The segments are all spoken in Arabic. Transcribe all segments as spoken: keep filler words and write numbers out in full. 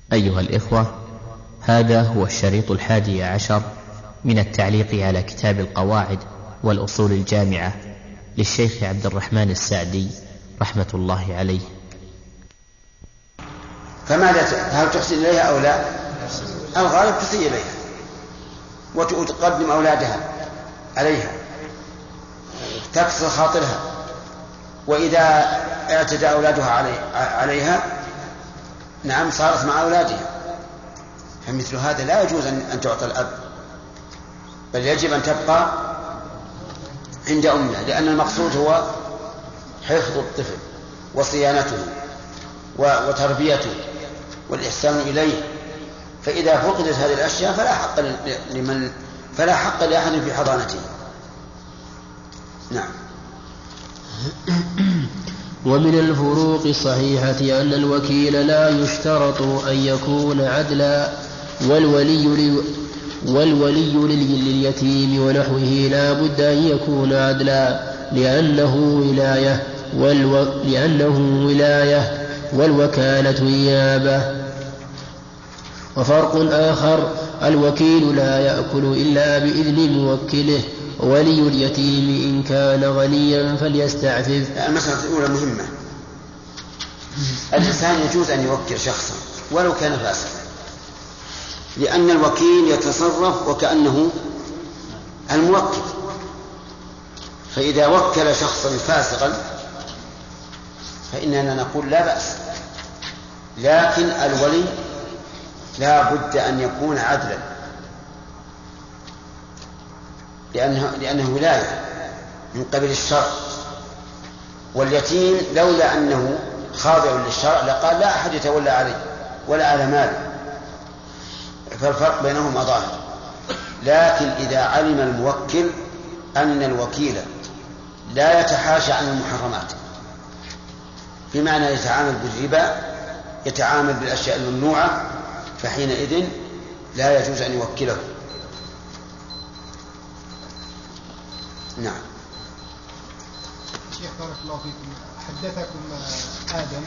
أيها الإخوة، هذا هو الشريط الحادي عشر من التعليق على كتاب القواعد والأصول الجامعة للشيخ عبد الرحمن السعدي رحمة الله عليه. فماذا هل تحسن إليها أو لا؟ الغالب تحسن إليها وتقدم أولادها عليها، تكسر خاطرها، وإذا اعتدى أولادها علي عليها نعم صارت مع أولادها. فمثل هذا لا يجوز أن تعطى الأب، بل يجب أن تبقى عند أمها، لأن المقصود هو حفظ الطفل وصيانته وتربيته والإحسان إليه. فإذا فقدت هذه الأشياء فلا حق لمن فلا حق لأحد في حضانته. نعم. ومن الفروق الصحيحة أن الوكيل لا يشترط أن يكون عدلا، والولي والولي لليتيم ونحوه لا بد أن يكون عدلا، لأنه ولاية والو... لأنه ولاية والوكالة نيابة. وفرق آخر: الوكيل لا يأكل إلا بإذن موكله، ولي اليتيم إن كان غنيا فليستعفف. المسألة الأولى مهمة. الإنسان يجوز أن يوكل شخصا ولو كان فاسقا، لأن الوكيل يتصرف وكأنه الموكل، فإذا وكل شخصا فاسقا فإننا نقول لا بأس، لكن الولي لا بد أن يكون عدلا، لأنه, لأنه ولاية من قبل الشرع. واليتيم لولا أنه خاضع للشرع لقال لا أحد يتولى عليه ولا على ماله، فالفرق بينهما ظاهر. لكن إذا علم الموكل أن الوكيل لا يتحاشى عن المحرمات، بمعنى يتعامل بالربا، يتعامل بالأشياء الممنوعة، فحينئذ لا يجوز أن يوكله. نعم. شيخ بارك الله فيكم، حدثكم آدم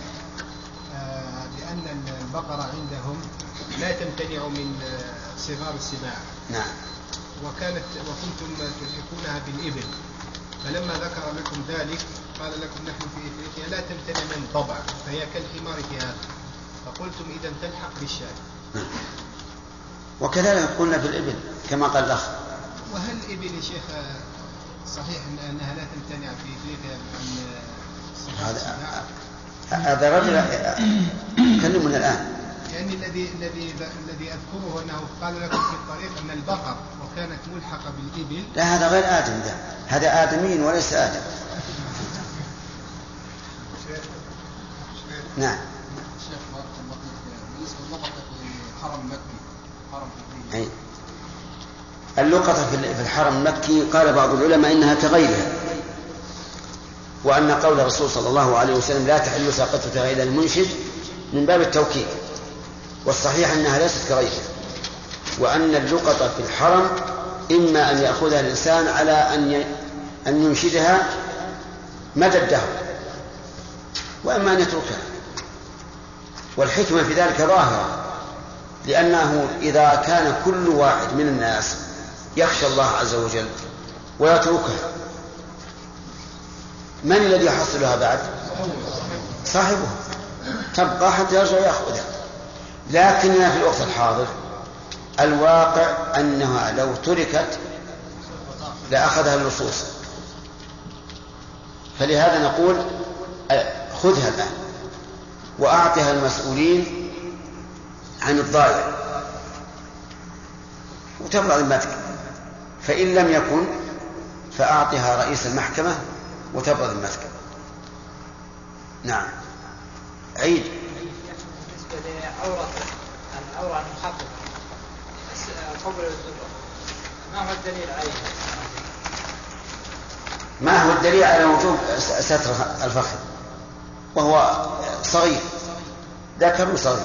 بأن البقرة عندهم لا تمتنع من صغار السباع. نعم. وكانت وكنتم تدركونها بالإبل، فلما ذكر لكم ذلك قال لكم نحن في إفريقيا لا تمتنع من طبع، فهي كالحمار في هذا، فقلتم إذا تلحق بالشاة. نعم. وكذلك قلنا في الإبل كما قال الأخ. وهل الإبل يا شيخ صحيح أنها لا تمتنع في إفريقيا من هذا هذا رجل كلمنا الآن، يعني الذي الذي الذي أذكره أنه قال لكم في الطريق أن البقر وكانت ملحقة بالإبل. لا هذا غير آدم، ده هذا آدمين وليس آدم. نعم. شيخ بارك الله فيك، بالنسبة للقطة في حرم مكي حرم أي اللقطة في الحرم المكي قال بعض العلماء إنها كغيرها، وأن قول الرسول صلى الله عليه وسلم لا تحل ساقطتها إلى المنشد من باب التوكيد، والصحيح أنها ليست كغيرها، وأن اللقطة في الحرم إما أن يأخذها الإنسان على أن أن ينشدها مدى الدهر، وإما أن يتركها. والحكمة في ذلك ظاهرة، لأنه إذا كان كل واحد من الناس يخشى الله عز وجل ويتركها، من الذي يحصلها بعد؟ صاحبه، تبقى حتى يرجع يأخذها. لكننا في الوقت الحاضر الواقع أنها لو تركت لأخذها اللصوص، فلهذا نقول خذها الآن وأعطها المسؤولين عن الضائع وتبرأ ذمتك، فإن لم يكن فأعطها رئيس المحكمة وتبرأ ذمتك. نعم. عيد. بالنسبة لعورة العورة المخططة قبل الدبر، ما هو الدليل عليها؟ ما هو الدليل على وجوب ستر الفخذ وهو صغير، ذكر صغير؟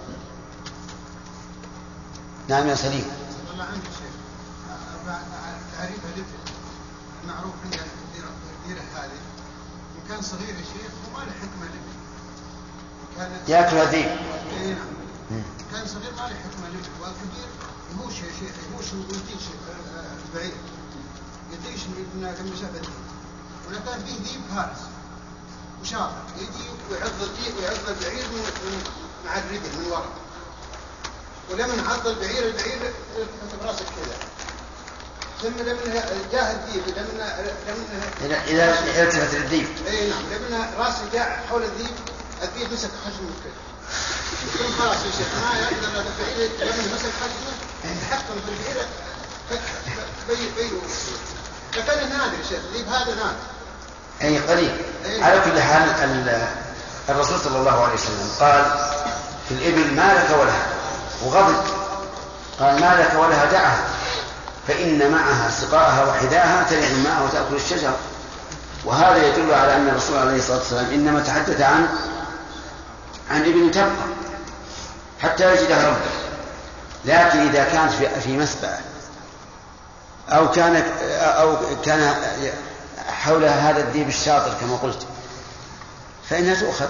نعم يا سليم. والله عندي شيء تعريف الابل معروف عندنا الديرة هذه، إن كان صغير يا شيخ وما له حكمة الابل يأكل هذه. نعم. كان صغير ما له حكمة لبن، والكبير يهوش يا شيخ يهوش ويديش البعير يديش من المسافة دي. ولا كان فيه ذيب فارس وشاطر يجي ويعض الذيب ويعض البعير من مع الرجل من وراء، ولمن عض البعير البعير يحط براسك كذا، ثم لمن جاه الذيب لمن لمن إذا التفت الذيب اي نعم لمن راسه جاء حول الذيب الذيب مسك حجمه كذا، ثم خلاص يا شيخ ما يقدر البعير لمن مسك حجمه تحكم في البعير بي بي فكان نادر يا شيخ الذيب هذا نادر أي قليل. على كل حال الرسول صلى الله عليه وسلم قال في الإبل ما لك ولها، وغضب قال ما لك ولها دعها فإن معها سقاءها وحذاءها تلع الماء وتأكل الشجر. وهذا يدل على أن الرسول عليه الصلاة والسلام إنما تحدث عن عن ابن تبقى حتى يجدها ربه. لكن إذا كانت في مسبأ أو كان أو كان حول هذا الذيب الشاطر كما قلت فإنها تؤخذ.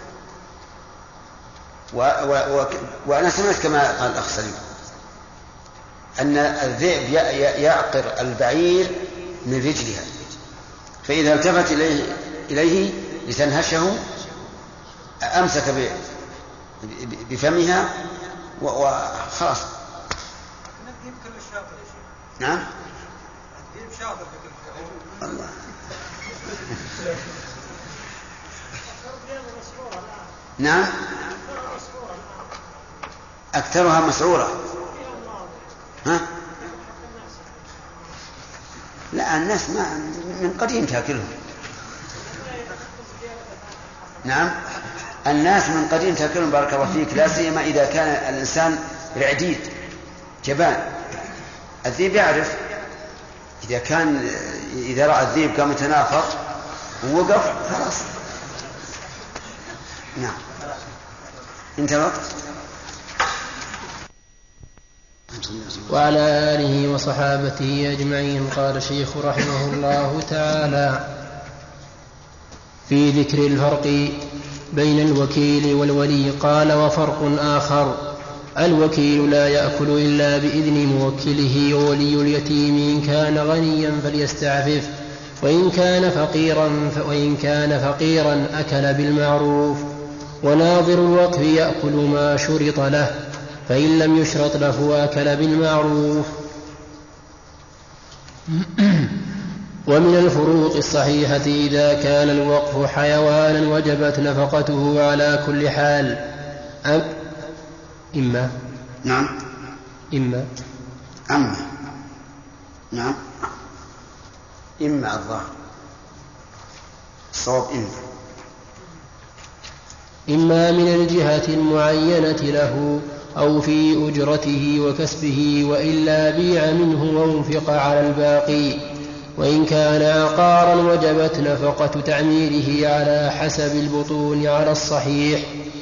و و و وأنا سمعت كما قال الأخ سليم أن الذئب يعقر البعير من رجلها، فإذا التفت إليه, إليه لتنهشه أمسك بفمها وخلاص. نعم الله نعم أكثرها مسعورة. ها؟ لا الناس ما من قديم تأكلهم. نعم الناس من قديم تأكلهم بارك الله فيك، لا سيما إذا كان الإنسان رعديد جبان. الذيب يعرف إذا كان إذا رأى الذيب كان متنافر ووقف خلاص. نعم انت وقت. وعلى آله وصحابته أجمعين. قال الشيخ رحمه الله تعالى في ذكر الفرق بين الوكيل والولي قال وفرق آخر الوكيل لا يأكل إلا بإذن موكله، وولي اليتيم إن كان غنيا فليستعفف، وإن كان فقيرا وإن كان فقيرا أكل بالمعروف. وناظر الوقف يأكل ما شرط له، فإن لم يشرط له أكل بالمعروف. ومن الفروق الصحيحة إذا كان الوقف حيوانا وجبت نفقته على كل حال أم إما نعم إما أما نعم إما الظاهر الصواب إما إما من الجهة المعينة له أو في أجرته وكسبه، وإلا بيع منه وانفق على الباقي. وإن كان عقارا وجبت نفقة تعميره على حسب البطون على الصحيح.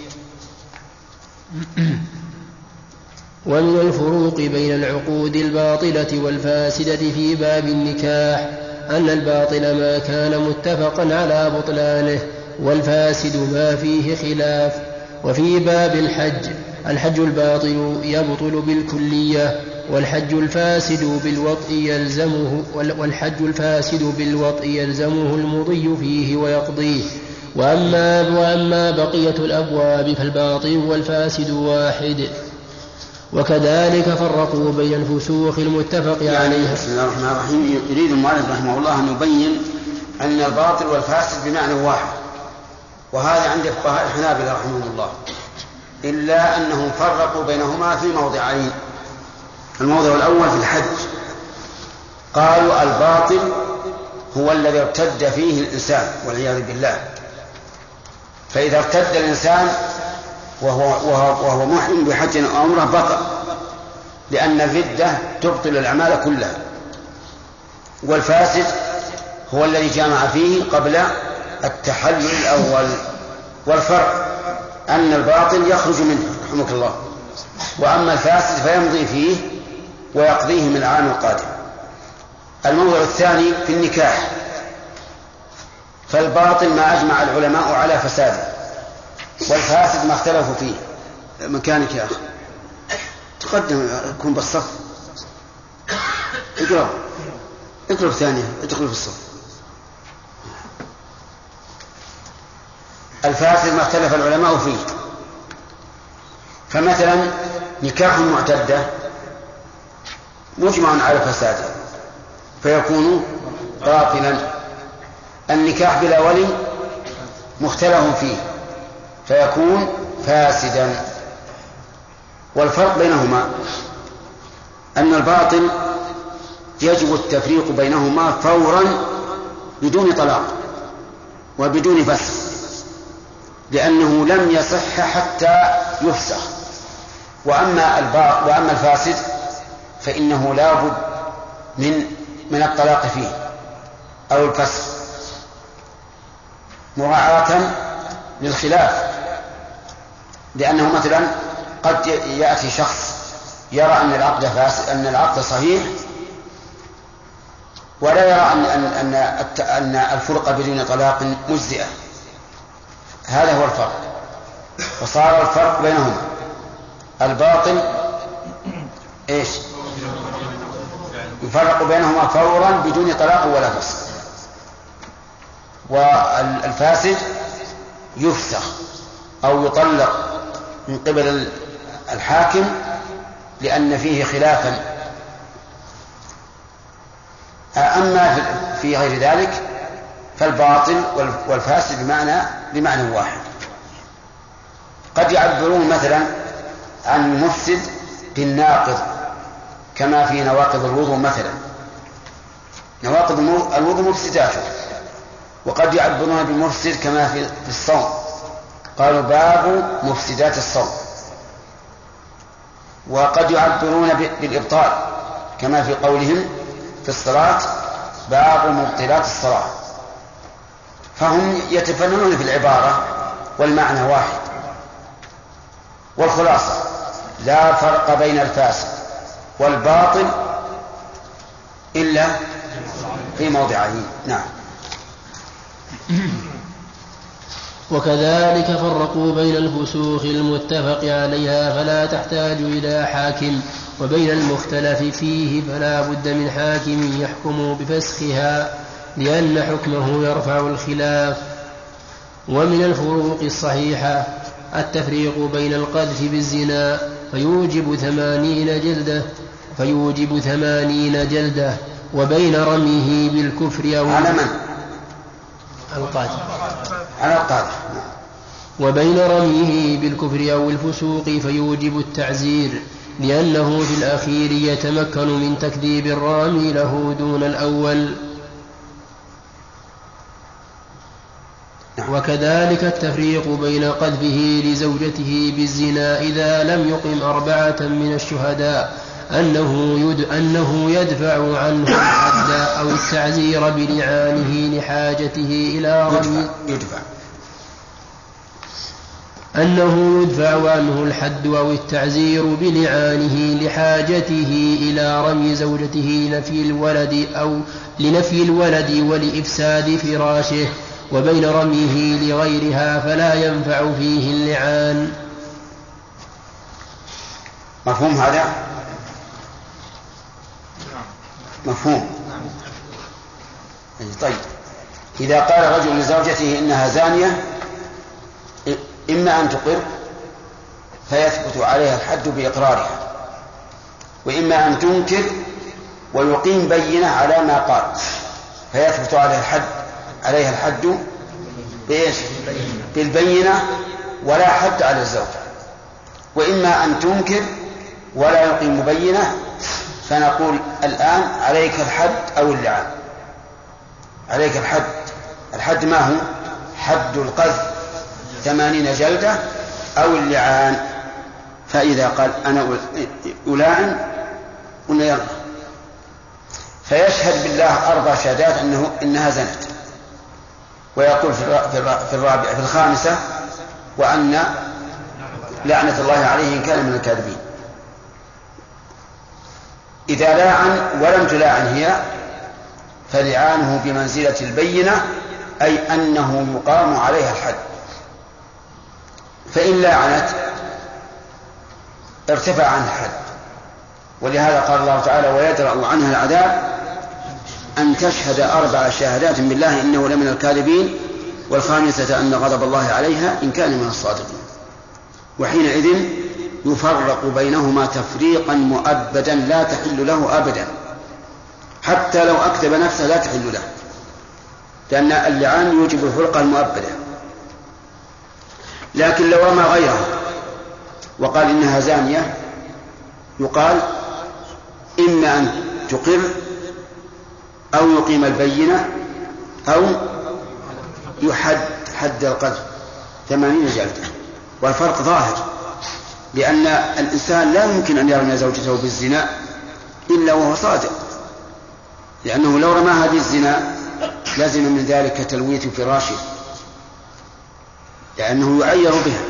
ومن الفروق بين العقود الباطلة والفاسدة في باب النكاح أن الباطل ما كان متفقا على بطلانه، والفاسد ما فيه خلاف. وفي باب الحج الحج الباطل يبطل بالكلية، والحج الفاسد بالوطء يلزمه والحج الفاسد بالوطء يلزمه المضي فيه ويقضيه. وأما, وأما بقية الأبواب فالباطل والفاسد واحد. وكذلك فرقوا بين الفسوق المتفق عليها. بسم الله الرحمن الرحيم. يريد المؤلف رحمه الله أن يبين أن الباطل والفاسد بمعنى واحد، وهذا عند فقهاء الحنابلة رحمهم الله، إلا أنهم فرقوا بينهما في موضعين. الموضع الأول في الحج قالوا الباطل هو الذي ارتد فيه الإنسان والعياذ بالله، فإذا ارتد الإنسان وهو, وهو, وهو محرم بحج أو عمرة بطل، لأن الردة تبطل الأعمال كلها. والفاسد هو الذي جامع فيه قبل التحلل الأول. والفرق أن الباطل يخرج منه رحمك الله، وأما الفاسد فيمضي فيه ويقضيه من العام القادم. الموضوع الثاني في النكاح، فالباطل ما أجمع العلماء على فساده، والفاسد ما اختلفوا فيه. مكانك يا أخي. تقدم يكون بالصف. اقرأ اقرأ ثانية ادخل في الصف. الفاسد ما اختلف العلماء فيه. فمثلا نكاح معتدة مجمع على فساده فيكون باطلا. النكاح بلا ولي مختلف فيه فيكون فاسدا. والفرق بينهما أن الباطل يجب التفريق بينهما فورا بدون طلاق وبدون فسخ، لأنه لم يصح حتى يفسخ. وأما وأما الفاسد فإنه لا بد من من الطلاق فيه أو الفسخ مراعاة للخلاف، لأنه مثلا قد يأتي شخص يرى أن العقد فاسد أن العقد صحيح ولا يرى أن أن أن الفرقة بدون طلاق مجزئة. هذا هو الفرق. وصار الفرق بينهما الباطل ايش يفرق بينهما فورا بدون طلاق ولا فسخ، والفاسد يفسخ أو يطلق من قبل الحاكم لأن فيه خلافا. أما في غير ذلك فالباطل والفاسد بمعنى بمعنى واحد. قد يعبرون مثلا عن المفسد بالناقض كما في نواقض الوضوء مثلا، نواقض الوضوء مفسداته. وقد يعبرون بالمفسد كما في الصوم، قالوا باب مفسدات الصوم. وقد يعبرون بالإبطال كما في قولهم في الصلاة باب مبطلات الصلاة. فهم يتفننون في العبارة والمعنى واحد. والخلاصة لا فرق بين الفاسد والباطل إلا في موضعين. نعم. وكذلك فرقوا بين الفسوق المتفق عليها فلا تحتاج إلى حاكم، وبين المختلف فيه فلا بد من حاكم يحكم بفسخها لأن حكمه يرفع الخلاف. ومن الفروق الصحيحة التفريق بين القذف بالزنا فيوجب ثمانين جلدة فيوجب ثمانين جلدة وبين رميه بالكفر أو على من؟ القاذف على القاذف. وبين رميه بالكفر أو الفسوق فيوجب التعزير لأنه في الأخير يتمكن من تكذيب الرامي له دون الأول. وكذلك التفريق بين قذفه لزوجته بالزنا إذا لم يقم أربعة من الشهداء أنه, يد أنه يدفع عنه الحد أو التعزير بلعانه لحاجته إلى رمي يدفع أنه يدفع عنه الحد أو التعزير بلعانه لحاجته إلى رمي زوجته لنفي الولد أو لنفي الولد ولإفساد فراشه. وبين رميه لغيرها فلا ينفع فيه اللعان. مفهوم هذا؟ مفهوم. طيب إذا قال رجل لزوجته إنها زانية إما أن تقر فيثبت عليها الحد بإقرارها، وإما أن تنكر ويقيم بينة على ما قال فيثبت عليها الحد عليها الحد بإيش؟ بالبينة ولا حد على الزوج. وإما أن تنكر ولا يقيم بينة فنقول الآن عليك الحد أو اللعان. عليك الحد. الحد ما هو؟ حد القذف ثمانين جلدة أو اللعان. فإذا قال أنا ألاعن قلنا يلا فيشهد بالله أربع شهادات أنه إنها زنت، ويقول في الرابعة في الخامسة وأن لعنة الله عليه إن كان من الكاذبين. إذا لاعن ولم تلاعن هي فلعانه بمنزلة البينة، أي أنه يقام عليها الحد. فإن لاعنت ارتفع عن الحد ولهذا قال الله تعالى ويدرأ عنها العذاب أن تشهد أربع شهادات بالله إنه لمن الكاذبين والخامسة أن غضب الله عليها إن كان من الصادقين. وحينئذ يفرق بينهما تفريقا مؤبدا لا تحل له أبدا، حتى لو أكذب نفسه لا تحل له، لأن اللعان يوجب الفرقة المؤبدة. لكن لو رمى غيره وقال إنها زانية يقال إما أن تقر أو يقيم البينة أو يحد حد القذف ثمانين جلدة. والفرق ظاهر، لأن الإنسان لا يمكن أن يرمي زوجته بالزنا إلا وهو صادق، لأنه لو رماها بالزنا لازم من ذلك تلويث فراشه، لأنه يعير بها،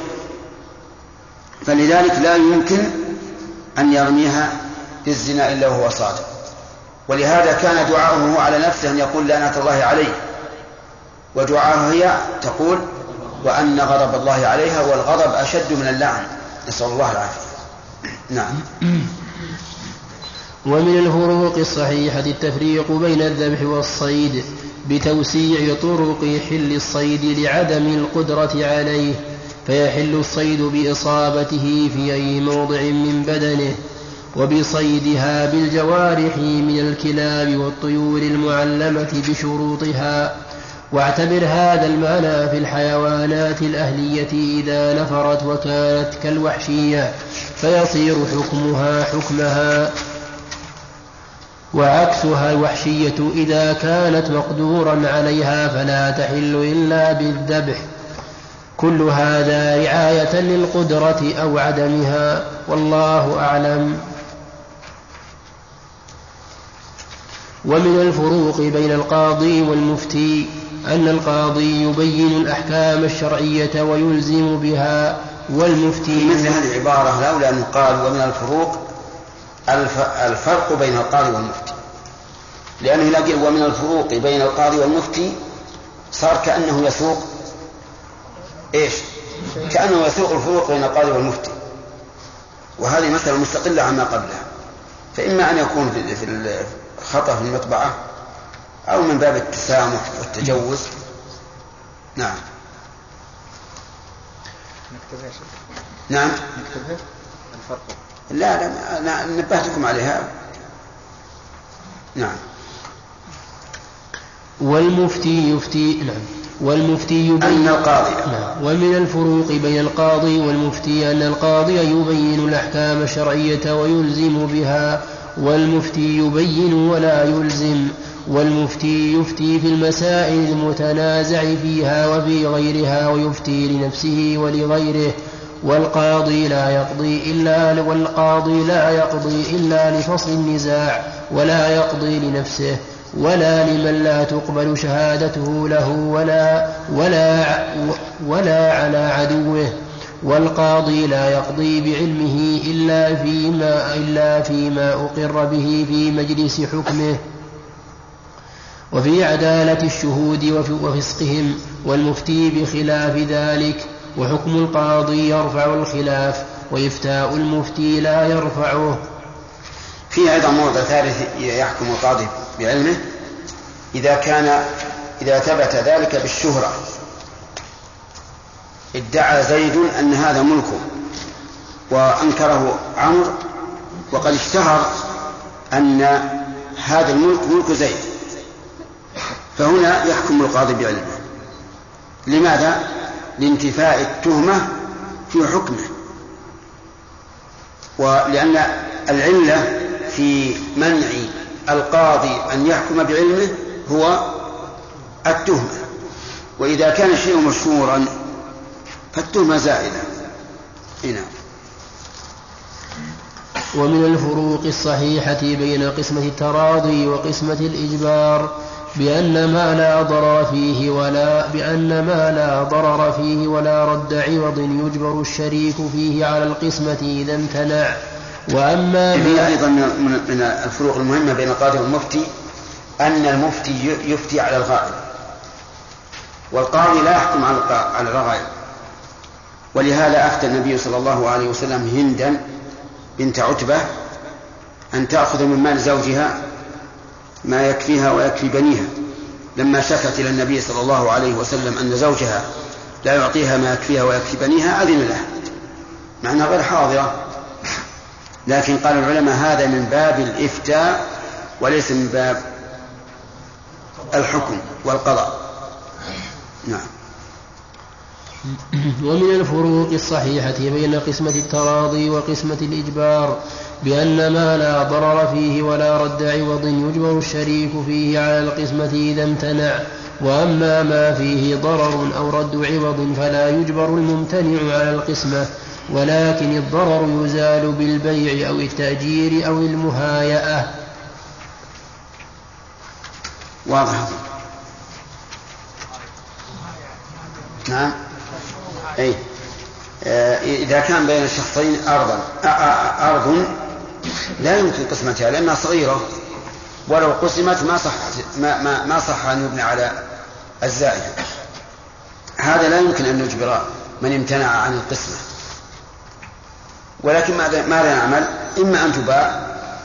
فلذلك لا يمكن أن يرميها بالزنا إلا وهو صادق. ولهذا كان دعاؤه على نفسه أن يقول لعنة الله عليه، ودعاءه هي تقول وأن غضب الله عليها، والغضب أشد من اللعن، نسأل الله العافية. نعم. ومن الفروق الصحيحة التفريق بين الذبح والصيد بتوسيع طرق حل الصيد لعدم القدرة عليه، فيحل الصيد بإصابته في أي موضع من بدنه، وبصيدها بالجوارح من الكلاب والطيور المعلمة بشروطها. واعتبر هذا المعنى في الحيوانات الأهلية إذا نفرت وكانت كالوحشية فيصير حكمها حكمها، وعكسها الوحشية إذا كانت مقدورا عليها فلا تحل إلا بالذبح. كل هذا رعاية للقدرة أو عدمها، والله أعلم. ومن الفروق بين القاضي والمفتي أن القاضي يبين الأحكام الشرعية ويلزم بها، والمفتي مثل هذه العبارة لولا أن قال ومن الفروق الفرق بين القاضي والمفتي، لأنه يلاقي ومن الفروق بين القاضي والمفتي صار كأنه يسوق إيش؟ كأنه يسوق الفروق بين القاضي والمفتي، وهذه مسألة مستقلة عما قبلها، فإما أن يكون في الخطأ في المطبعة أو من باب التسامح والتجوز. نعم. نكتبها نعم نكتبها الفرق. لا لا أنا نبهتكم عليها. نعم. والمفتي يفتي نعم والمفتي يبين أن القاضي نعم. ومن الفروق بين القاضي والمفتي أن القاضي يبين الأحكام الشرعية ويلزم بها، والمفتي يبين ولا يلزم. والمفتي يفتي في المسائل المتنازع فيها وفي غيرها ويفتي لنفسه ولغيره، والقاضي لا يقضي إلا والقاضي لا يقضي إلا لفصل النزاع، ولا يقضي لنفسه ولا لمن لا تقبل شهادته له ولا ولا ولا على عدوه. والقاضي لا يقضي بعلمه إلا فيما إلا فيما أقر به في مجلس حكمه وفي عدالة الشهود وفسقهم، والمفتي بخلاف ذلك. وحكم القاضي يرفع الخلاف، وإفتاء المفتي لا يرفعه. في أيضا موضع ثالث يحكم القاضي بعلمه إذا كان إذا ثبت ذلك بالشهرة. ادعى زيد أن هذا ملكه وأنكره عمرو، وقد اشتهر أن هذا الملك ملك زيد، فهنا يحكم القاضي بعلمه. لماذا؟ لانتفاء التهمة في حكمه، ولأن العلة في منع القاضي أن يحكم بعلمه هو التهمة، وإذا كان الشيء مشهورا فالتهمة زائدة. هنا. ومن الفروق الصحيحة بين قسمة التراضي وقسمة الإجبار بأن ما لا ضرر فيه ولا بأن ما لا ضرر فيه ولا رد عوض يجبر الشريك فيه على القسمة إذا امتنع. وأما ما أيضا من الفروق المهمة بين القاضي والمفتي أن المفتي يفتي على الغائب، والقاضي لا يحكم على الرغائب. ولهذا أفتى النبي صلى الله عليه وسلم هندا بنت عتبة أن تأخذ من مال زوجها ما يكفيها ويكفي بنيها، لما شكت إلى النبي صلى الله عليه وسلم أن زوجها لا يعطيها ما يكفيها ويكفي بنيها أذن له، مع أنها غير حاضرة، لكن قال العلماء هذا من باب الإفتاء وليس من باب الحكم والقضاء. نعم. ومن الفروق الصحيحة بين قسمة التراضي وقسمة الإجبار بأن ما لا ضرر فيه ولا رد عوض يجبر الشريك فيه على القسمة إذا امتنع، وأما ما فيه ضرر أو رد عوض فلا يجبر الممتنع على القسمة، ولكن الضرر يزال بالبيع أو التأجير أو المهايئة. واضح. نعم. أي إذا كان بين الشخصين أرضا أرض لا يمكن قسمتها لأنها صغيرة، ولو قسمت ما صح ما ما, ما صح أن يبنى على الزائد، هذا لا يمكن أن يجبر من امتنع عن القسمة. ولكن ماذا ماذا نعمل؟ إما أن تباع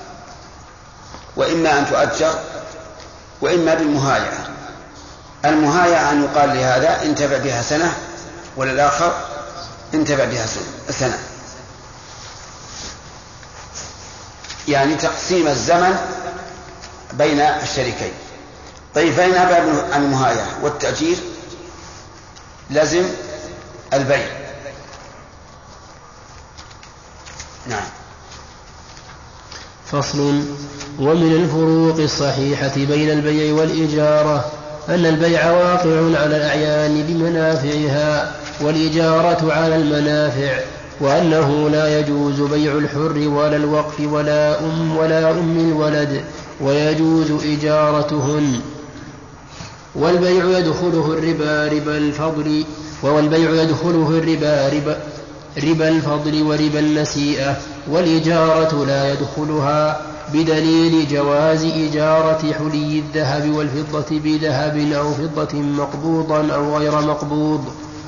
وإما أن تؤجر وإما بالمهايعة. المهايعة أن يقال لهذا انتفع بها سنة وللآخر انتفع بها سنة، يعني تقسيم الزمن بين الشريكين. طيب فإن أبى عن المهايعة والتأجير لازم البيع. نعم. فصل. ومن الفروق الصحيحة بين البيع والإجارة أن البيع واقع على الأعيان بمنافعها والإجارة على المنافع، وأنه لا يجوز بيع الحر ولا الوقف ولا أم ولا أم الولد، ويجوز إجارتهن. والبيع يدخله الربا ربا الفضل والبيع يدخله الربا ربا ربا الفضل وربا النسيئة، والإجارة لا يدخلها بدليل جواز إجارة حلي الذهب والفضة بذهب أو فضة مقبوضا أو غير مقبوض.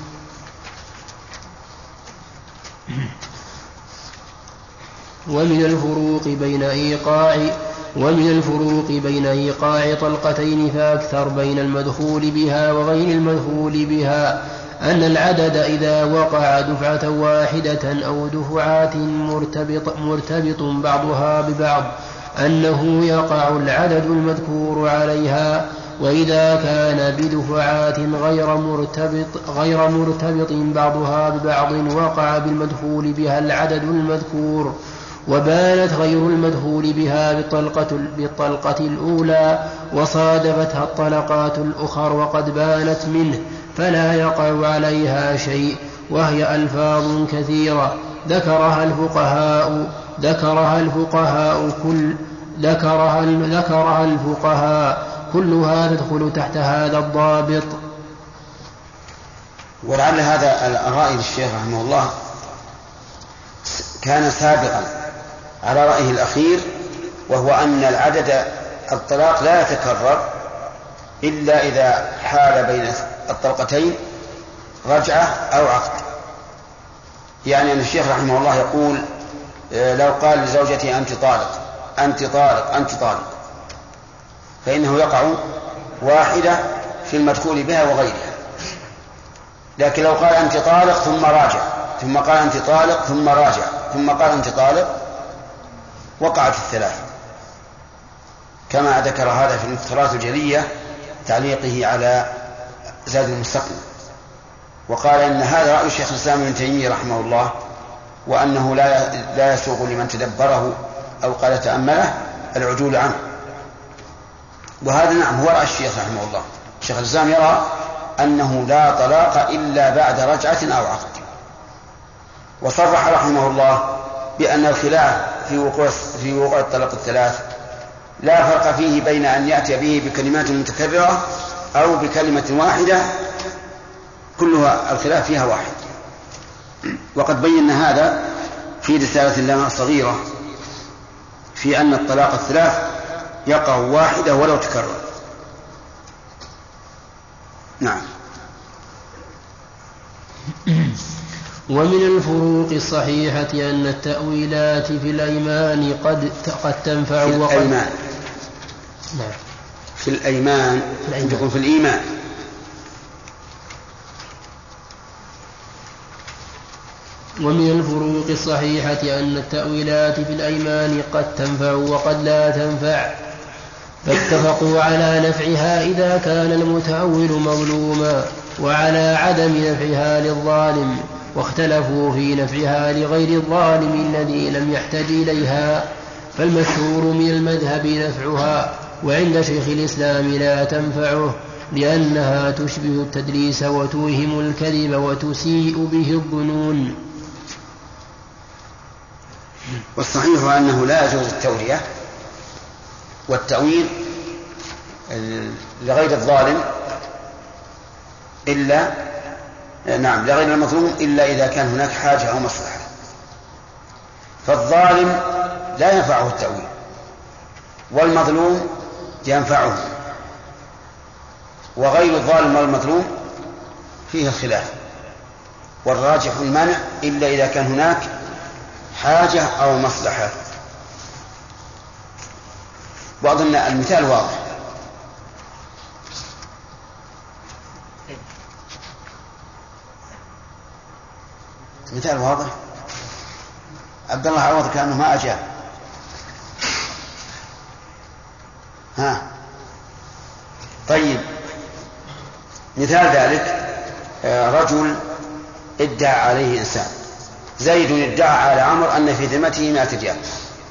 ومن الفروق بين إيقاع ومن الفروق بين إيقاع طلقتين فأكثر بين المدخول بها وغير المدخول بها أن العدد إذا وقع دفعة واحدة أو دفعات مرتبط, مرتبط بعضها ببعض أنه يقع العدد المذكور عليها، وإذا كان بدفعات غير مرتبط, غير مرتبط بعضها ببعض وقع بالمدخول بها العدد المذكور، وبانت غير المدخول بها بالطلقة, بالطلقة الأولى وصادفتها الطلقات الأخر وقد بانت منه فلا يقع عليها شيء، وهي ألفاظ كثيرة ذكرها الفقهاء ذكرها الفقهاء كل ذكرها ذكرها الفقهاء كلها تدخل تحت هذا الضابط. ولعل هذا الرأي للشيخ رحمه الله كان سابقا على رأيه الأخير، وهو أن العدد الطلاق لا يتكرر إلا إذا حال بين الطلقتين رجعة أو عقد. يعني أن الشيخ رحمه الله يقول لو قال لزوجتي أنت طالق أنت طالق أنت طالق فإنه يقع واحدة في المدخول بها وغيرها، لكن لو قال أنت طالق ثم راجع ثم قال أنت طالق ثم راجع ثم قال أنت طالق وقعت الثلاث، كما ذكر هذا في المفترات الجلية تعليقه على زاد المستقنع، وقال إن هذا رأي الشيخ الإسلام ابن تيمية رحمه الله، وأنه لا لا يسوغ لمن تدبره أو قال تأمله العدول عنه. وهذا نعم هو رأي الشيخ رحمه الله. الشيخ الإسلام يرى أنه لا طلاق إلا بعد رجعة أو عقد، وصرح رحمه الله بأن الخلاف في وقوع في وقوع الطلاق الثلاث لا فرق فيه بين أن يأتي به بكلمات متكررة أو بكلمة واحدة، كلها الخلاف فيها واحد. وقد بينا هذا في رسالة لنا صغيرة في أن الطلاق الثلاث يقع واحدة ولو تكرر. نعم. ومن الفروق الصحيحة أن التأويلات في الأيمان قد قد تنفع في وقد الأيمان. نعم. في الأيمان تكون في الإيمان. ومن الفروق الصحيحة أن التأويلات في الأيمان قد تنفع وقد لا تنفع، فاتفقوا على نفعها إذا كان المتأول مظلوما، وعلى عدم نفعها للظالم، واختلفوا في نفعها لغير الظالم الذي لم يحتج إليها. فالمشهور من المذهب نفعها، وعند شيخ الإسلام لا تنفعه، لأنها تشبه التدليس وتوهم الكذب وتسيء به الظنون. والصحيح أنه لا يجوز التورية والتأويل لغير الظالم إلا نعم لغير المظلوم إلا إذا كان هناك حاجة أو مصلحة. فالظالم لا ينفعه التأويل، والمظلوم ينفعه، وغير الظالم والمظلوم فيه الخلاف، والراجح المنع إلا إذا كان هناك حاجة أو مصلحة. وأظن المثال واضح. مثال واضح. عبد الله عوض كأنه ما أجاب. ها طيب، مثال ذلك رجل ادعى عليه إنسان، زيد ادعى على عمرو أن في ذمته مائة ريال،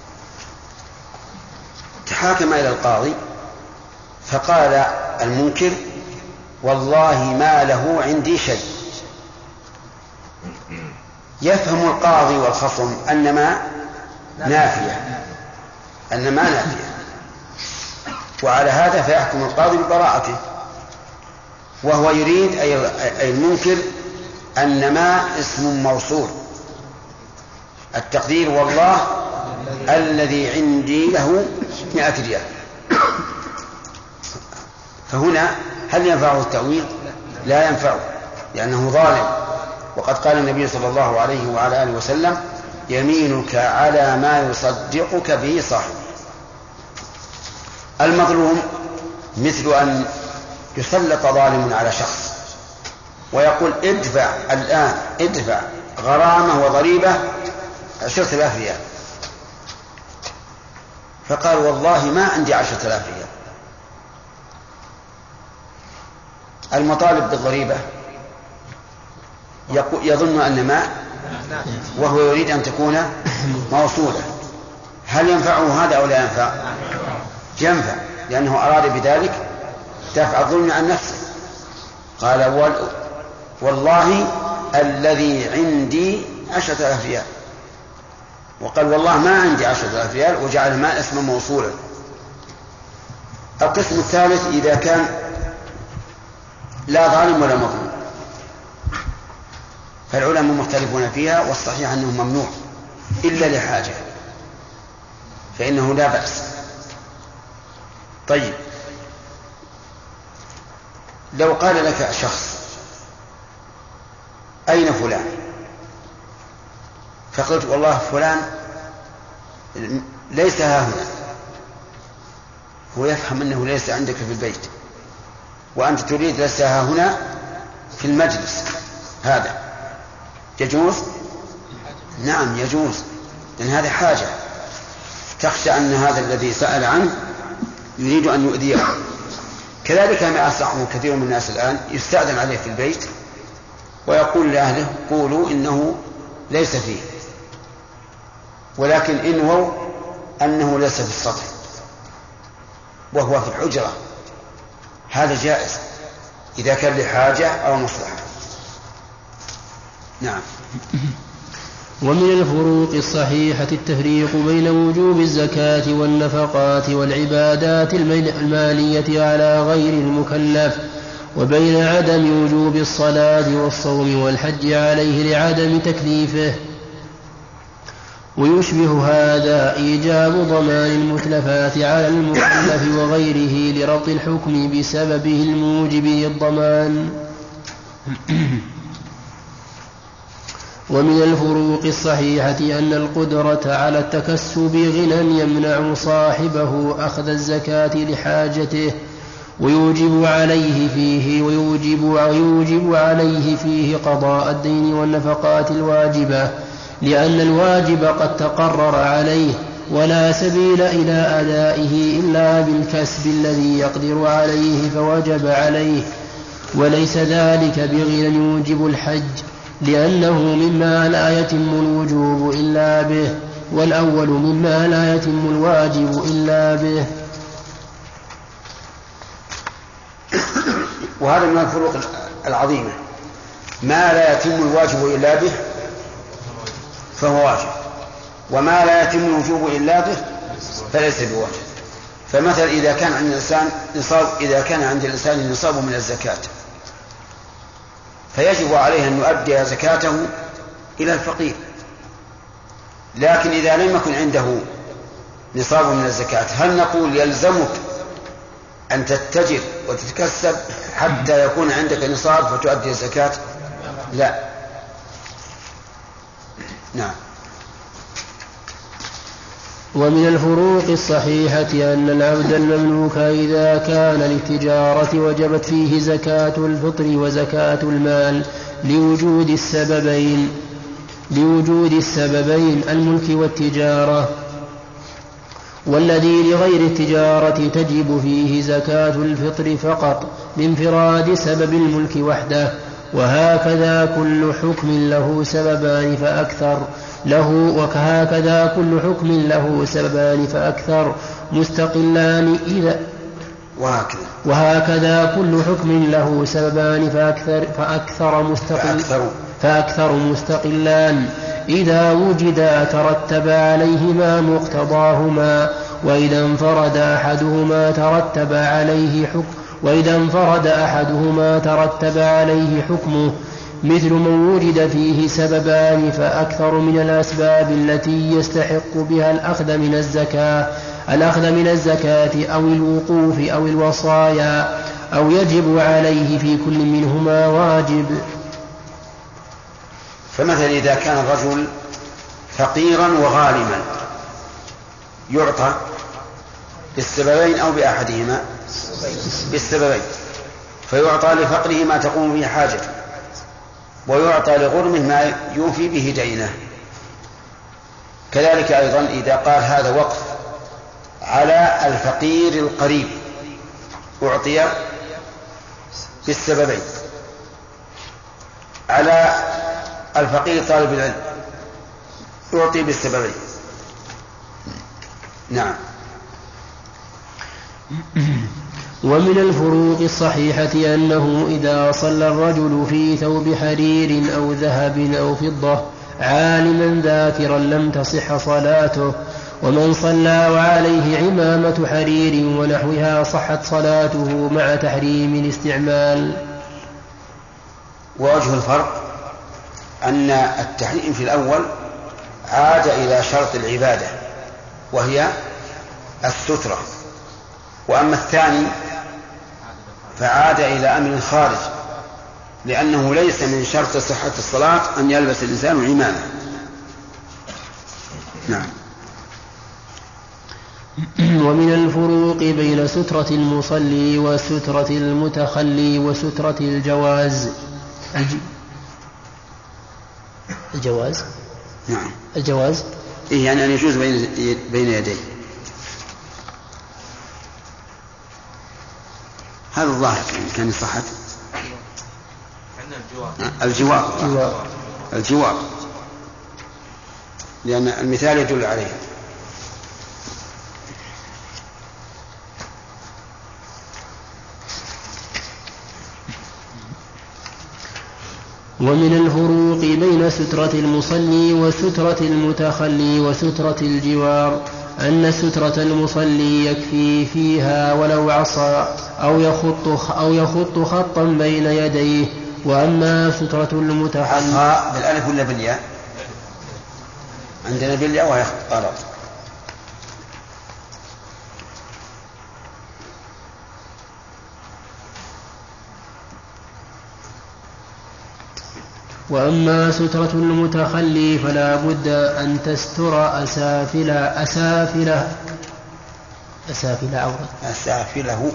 تحاكم إلى القاضي فقال المنكر والله ما له عندي شيء. يفهم القاضي والخصم أن ما نافية أن ما نافية وعلى هذا فيحكم القاضي ببراءته، وهو يريد أي المنكر أن ما اسم موصول، التقدير والله الذي عندي له مئة ريال. فهنا هل ينفعه التأويل؟ لا ينفعه، لأنه ظالم. وقد قال النبي صلى الله عليه وعلى آله وسلم يمينك على ما يصدقك به صاحب. المظلوم مثل أن يسلط ظالم على شخص ويقول ادفع الآن ادفع غرامة وضريبة عشرة آلاف ريال، فقال والله ما عندي عشرة آلاف ريال. المطالب بالضريبة يظن أن ما وهو يريد أن تكون موصولة. هل ينفعه هذا أو لا ينفع؟ ينفع، لأنه أراد بذلك دفع الظلم عن نفسه. قال والله الذي عندي عشرة آلاف ريال، وقال والله ما عندي عشرة آلاف ريال، وجعل ما اسما موصولا. القسم الثالث إذا كان لا ظالم ولا مظلوم، فالعلماء مختلفون فيها، والصحيح أنه ممنوع إلا لحاجة فإنه لا بأس. طيب، لو قال لك شخص أين فلان؟ فقلت والله فلان ليس ها هنا، هو يفهم أنه ليس عندك في البيت، وأنت تريد ليس ها هنا في المجلس هذا، يجوز؟ نعم يجوز، لأن هذه حاجة تخشى أن هذا الذي سأل عنه يريد أن يؤذيه. كذلك ما أصنعه كثير من الناس الآن، يستأذن عليه في البيت ويقول لأهله قولوا إنه ليس فيه، ولكن إنه أنه ليس في السطح وهو في الحجرة. هذا جائز إذا كان لحاجة أو مصلحة. نعم. ومن الفروق الصحيحة التفريق بين وجوب الزكاة والنفقات والعبادات المالية على غير المكلف، وبين عدم وجوب الصلاة والصوم والحج عليه لعدم تكليفه. ويشبه هذا إيجاب ضمان المتلفات على المكلف وغيره لربط الحكم بسببه الموجب للضمان. ومن الفروق الصحيحة أن القدرة على التكسب غنى يمنع صاحبه أخذ الزكاة لحاجته ويوجب عليه فيه ويوجب, ويوجب عليه فيه قضاء الدين والنفقات الواجبة، لأن الواجب قد تقرر عليه ولا سبيل إلى أدائه إلا بالكسب الذي يقدر عليه فوجب عليه، وليس ذلك بغنى يوجب الحج، لأنه مما لا يتم الوجوب إلا به، والأول مما لا يتم الواجب إلا به. وهذا من الفروق العظيمة، ما لا يتم الواجب إلا به فهو واجب، وما لا يتم الوجوب إلا به فليس بواجب. فمثلا إذا كان عند الإنسان نصاب إذا كان عند الإنسان نصاب من الزكاة فيجب عليه أن يؤدي زكاته إلى الفقير، لكن إذا لم يكن عنده نصاب من الزكاة هل نقول يلزمك أن تتجر وتتكسب حتى يكون عندك نصاب فتؤدي الزكاة؟ لا. نعم. ومن الفروق الصحيحة أن العبد المملوك إذا كان للتجارة وجبت فيه زكاة الفطر وزكاة المال لوجود السببين لوجود السببين الملك والتجارة، والذي لغير التجارة تجب فيه زكاة الفطر فقط بانفراد سبب الملك وحده، وهكذا كل حكم له سببان فأكثر له وهكذا كل حكم له سببان فأكثر مستقلان إذا وهكذا, وهكذا كل حكم له سببان فأكثر, فأكثر, مستقل فأكثر, فأكثر مستقلان إذا وجدا ترتب عليهما مقتضاهما، وإذا انفرد أحدهما ترتب عليه حكم وإذا انفرد أحدهما ترتب عليه حكمه، مثل من وجد فيه سببان فأكثر من الأسباب التي يستحق بها الأخذ من الزكاة الأخذ من الزكاة أو الوقوف أو الوصايا، أو يجب عليه في كل منهما واجب. فمثلا إذا كان الرجل فقيرا وغارما يعطى بالسببين أو بأحدهما؟ بالسببين، فيعطى لفقره ما تقوم به حاجته، ويعطى لغرمه ما يوفي به دينه. كذلك أيضا إذا قال هذا وقف على الفقير القريب أعطي بالسببين، على الفقير طالب العلم أعطي بالسببين. نعم. ومن الفروق الصحيحة أنه إذا صلى الرجل في ثوب حرير أو ذهب أو فضة عالما ذاكرا لم تصح صلاته، ومن صلى وعليه عمامة حرير ونحوها صحت صلاته مع تحريم الاستعمال. ووجه الفرق أن التحريم في الأول عاد إلى شرط العبادة وهي السترة، وأما الثاني فعاد إلى أمر خارج، لأنه ليس من شرط صحة الصلاة أن يلبس الإنسان عمامة. نعم. ومن الفروق بين سترة المصلي وسترة المتخلي وسترة الجواز الجواز نعم الجواز إيه يعني أن يجوز بين بين يديه. هذا الظاهر كان صحت الجوار الجوار الجوار لأن المثال يدل عليه. ومن الفروق بين سترة المصلي وسترة المتخلي وسترة الجوار أن سترة المصلي يكفي فيها ولو عصا أو يخط أو يخط خطا بين يديه، وأما سترة المتخلي عصا بالألف ولا بالياء؟ عندنا بالياء وهي غلط. وأما سترة المتخلي فلا بد أن تستر أسافل أسافله أسافل عورة أسافله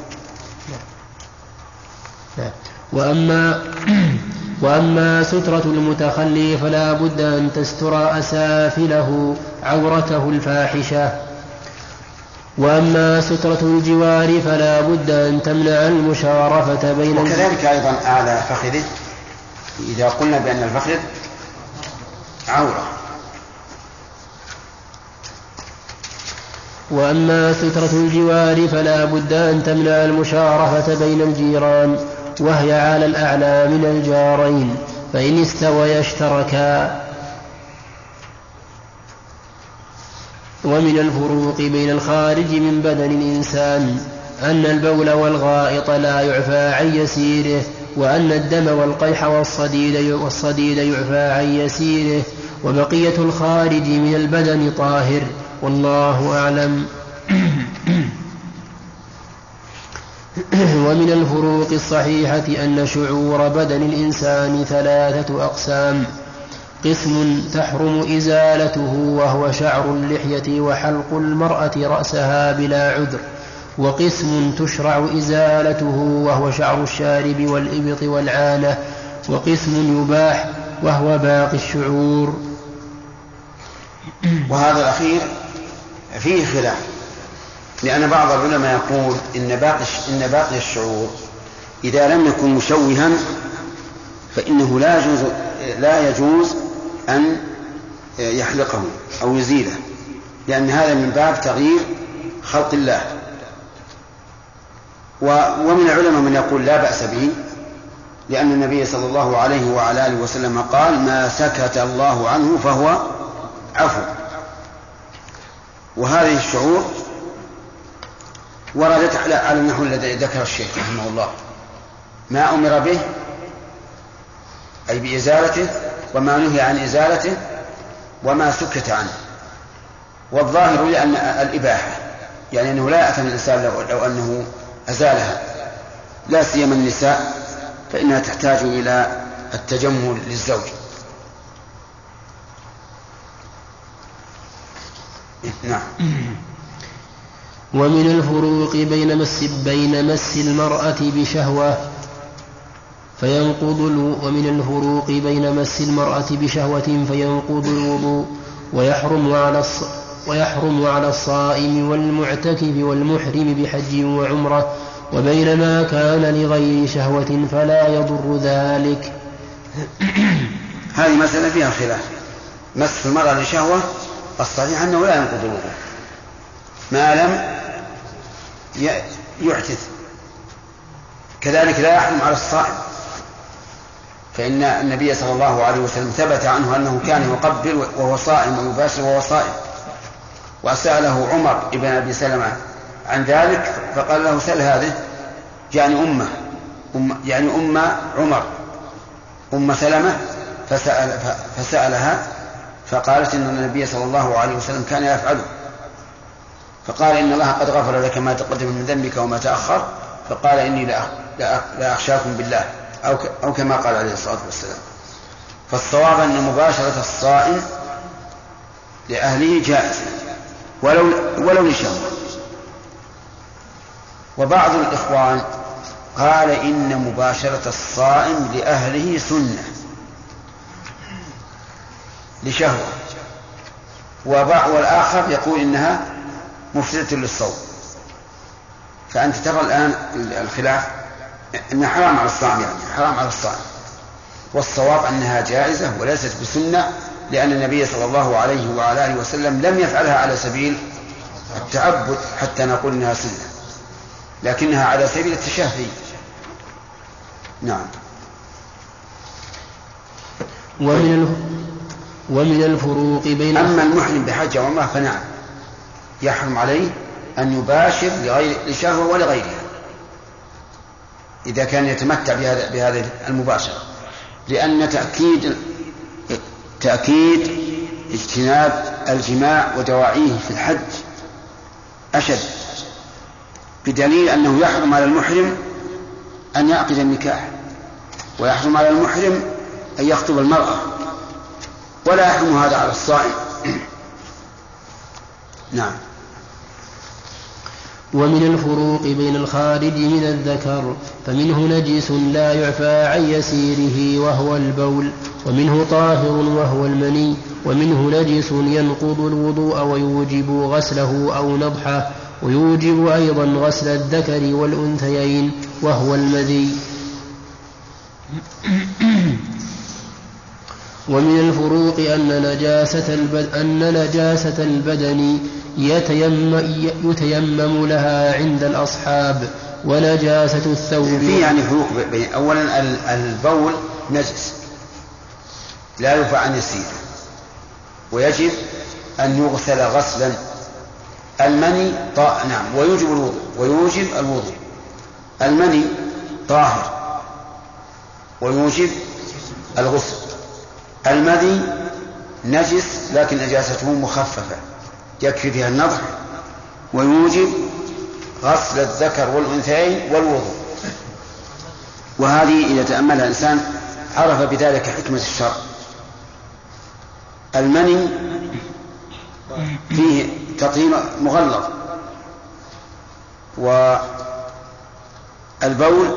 لا. وأما وأما سترة المتخلي فلا بد أن تستر أسافله عورته الفاحشة. وأما سترة الجوار فلا بد أن تمنع المشارفة بين وكذلك أيضا أعلى فخذه إذا قلنا بأن الفخذ عورة. وأما سترة الجوار فلا بد أن تمنع المشارفة بين الجيران وهي على الأعلى من الجارين فإن استويا اشتركا. ومن الفروق بين الخارج من بدن الإنسان أن البول والغائط لا يعفى عن يسيره، وأن الدم والقيح والصديد, والصديد يعفى عن يسيره، وبقية الخارج من البدن طاهر، والله أعلم. ومن الفروق الصحيحة أن شعور بدن الإنسان ثلاثة أقسام: قسم تحرم إزالته وهو شعر اللحية وحلق المرأة رأسها بلا عذر، وقسم تشرع إزالته وهو شعر الشارب والإبط والعانة، وقسم يباح وهو باقي الشعور. وهذا الأخير فيه خلاف، لأن بعض العلماء يقول إن باقي, إن باقي الشعور إذا لم يكن مشوها فإنه لا يجوز, لا يجوز أن يحلقه أو يزيله، لأن هذا من باب تغيير خلق الله. ومن العلماء من يقول لا بأس به، لأن النبي صلى الله عليه وعلى آله وسلم قال: ما سكت الله عنه فهو عفو. وهذه الشعور وردت على النحو الذي ذكر الشيخ رحمه الله: ما أمر به أي بإزالته، وما نهي عن إزالته، وما سكت عنه. والظاهر لأن الإباحة، يعني أنه لا يأثم الإنسان لو أنه أزالها، لا سيما النساء فإنها تحتاج إلى التجمل للزوج. نعم. ومن الفروق بين مس بين مس المرأة بشهوة فينقض ومن الفروق بين مس المرأة بشهوة فينقض الوضوء ويحرم على الص... ويحرم على الصائم والمعتكف والمحرم بحج وعمرة، وبين ما كان لغير شهوة فلا يضر ذلك. هذه مسألة فيها خلاف. مس المرأة لشهوة الصحيح أنه لا ينقض الوضوء ما لم يحدث، كذلك لا يحرم على الصائم، فإن النبي صلى الله عليه وسلم ثبت عنه أنه كان يقبل وهو صائم ويباشر وهو صائم. وسأله عمر ابن أبي سلمة عن ذلك فقال له: سل هذه، يعني أمه أم يعني أم عمر أم سلمة، فسأل فسألها فقالت إن النبي صلى الله عليه وسلم كان يفعله، فقال: إن الله قد غفر لك ما تقدم من ذنبك وما تأخر. فقال: إني لا أخشاكم بالله، أو, أو كما قال عليه الصلاة والسلام. فالصواب أن مباشرة الصائم لأهله جائز ولو, ولو لشهوة. وبعض الإخوان قال إن مباشرة الصائم لأهله سنة لشهوة، والآخر يقول إنها مفسدة للصوم. فأنت ترى الآن الخلاف أنها حرام على الصائم، يعني حرام على الصائم، والصواب أنها جائزة وليست بسنة، لأن النبي صلى الله عليه وعلى آله وسلم لم يفعلها على سبيل التعبد حتى نقول إنها سنة، لكنها على سبيل التشهي. نعم. ومن ومن الفروق بين أما المحرم بحج وعمرة فنعم يحرم عليه أن يباشر لغير لشهوة ولغيرها إذا كان يتمتع بهذا بهذه المباشرة، لأن تأكيد تأكيد اجتناب الجماع ودواعيه في الحج أشد، بدليل أنه يحرم على المحرم أن يعقد النكاح، ويحرم على المحرم أن يخطب المرأة، ولا يحرم هذا على الصائم. نعم. ومن الفروق بين الخارج من الذكر فمنه نجس لا يعفى عن يسيره وهو البول، ومنه طاهر وهو المني، ومنه نجس ينقض الوضوء ويوجب غسله أو نضحه، ويوجب أيضا غسل الذكر والأنثيين وهو المذي. ومن الفروق أن نجاسة البدن, أن نجاسة البدن يتيمم, يتيمم لها عند الأصحاب، ونجاسة الثوب. في يعني فروق بين أولا البول نجس لا يعفى عن يسيره ويجب أن يغسل غسلا. المني طا... نعم ويوجب الوضوء ويوجب الوضوء. المني طاهر ويوجب الغسل. المذي نجس لكن نجاسته مخففة يكفي فيها النضح، ويوجب غسل الذكر والأنثيين والوضوء. وهذه إذا تأملها الإنسان عرف بذلك حكمة الشرع. المني فيه تطهير مغلظ، والبول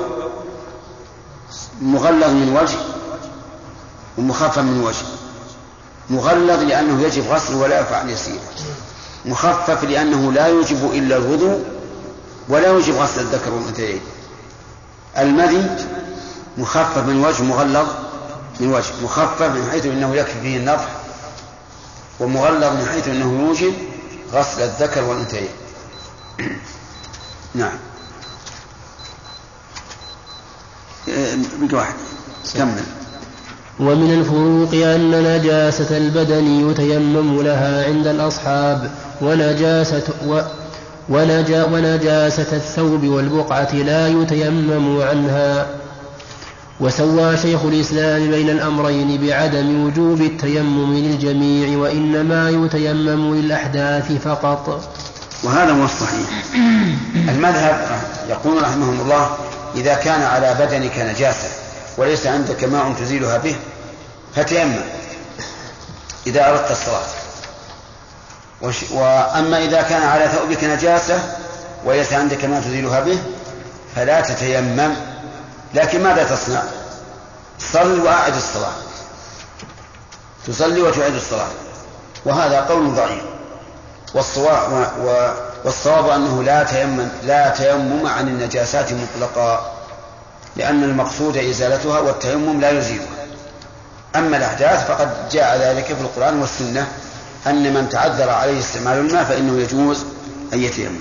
مغلظ من وجه ومخفف من وجه. مغلظ لأنه يجب غسله ولا يعفى عن يسيره، مخفف لأنه لا يوجب إلا الوضوء ولا يوجب غسل الذكر والأنثيين. المذي مخفف من وجه مغلظ من وجه، مخفف من حيث أنه يكفي فيه النضح، ومغلظ من حيث أنه يوجب غسل الذكر والأنثيين. نعم. بقى واحد كمل. ومن الفروق أن نجاسة البدن يتيمم لها عند الأصحاب، ونجاسة, و ونجا ونجاسة الثوب والبقعة لا يتيمم عنها. وسوى شيخ الإسلام بين الأمرين بعدم وجوب التيمم للجميع، وإنما يتيمم للأحداث فقط. وهذا هو الصحيح. المذهب يقول رحمهم الله إذا كان على بدنك نجاسة وليس عندك ماء تزيلها به فتيمم إذا أردت الصلاة. وأما إذا كان على ثوبك نجاسة وليس عندك ماء تزيلها به فلا تتيمم، لكن ماذا تصنع؟ صل وأعد الصلاة، تصلي وتعيد الصلاة، وهذا قول ضعيف. والصواب, والصواب أنه لا تيمم, لا تيمم عن النجاسات مطلقا، لأن المقصود إزالتها والتيمم لا يزيلها. أما الأحداث فقد جاء ذلك في القرآن والسنة أن من تعذر عليه استعمال الماء فإنه يجوز أن يتيمم.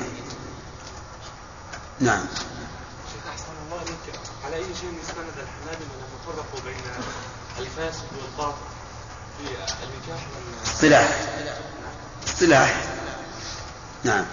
نعم. أحسن الله عليك، على أي شيء يستند الحنابلة لما فرقوا بين الفاسد والباطل في النكاح اصطلاح اصطلاح نعم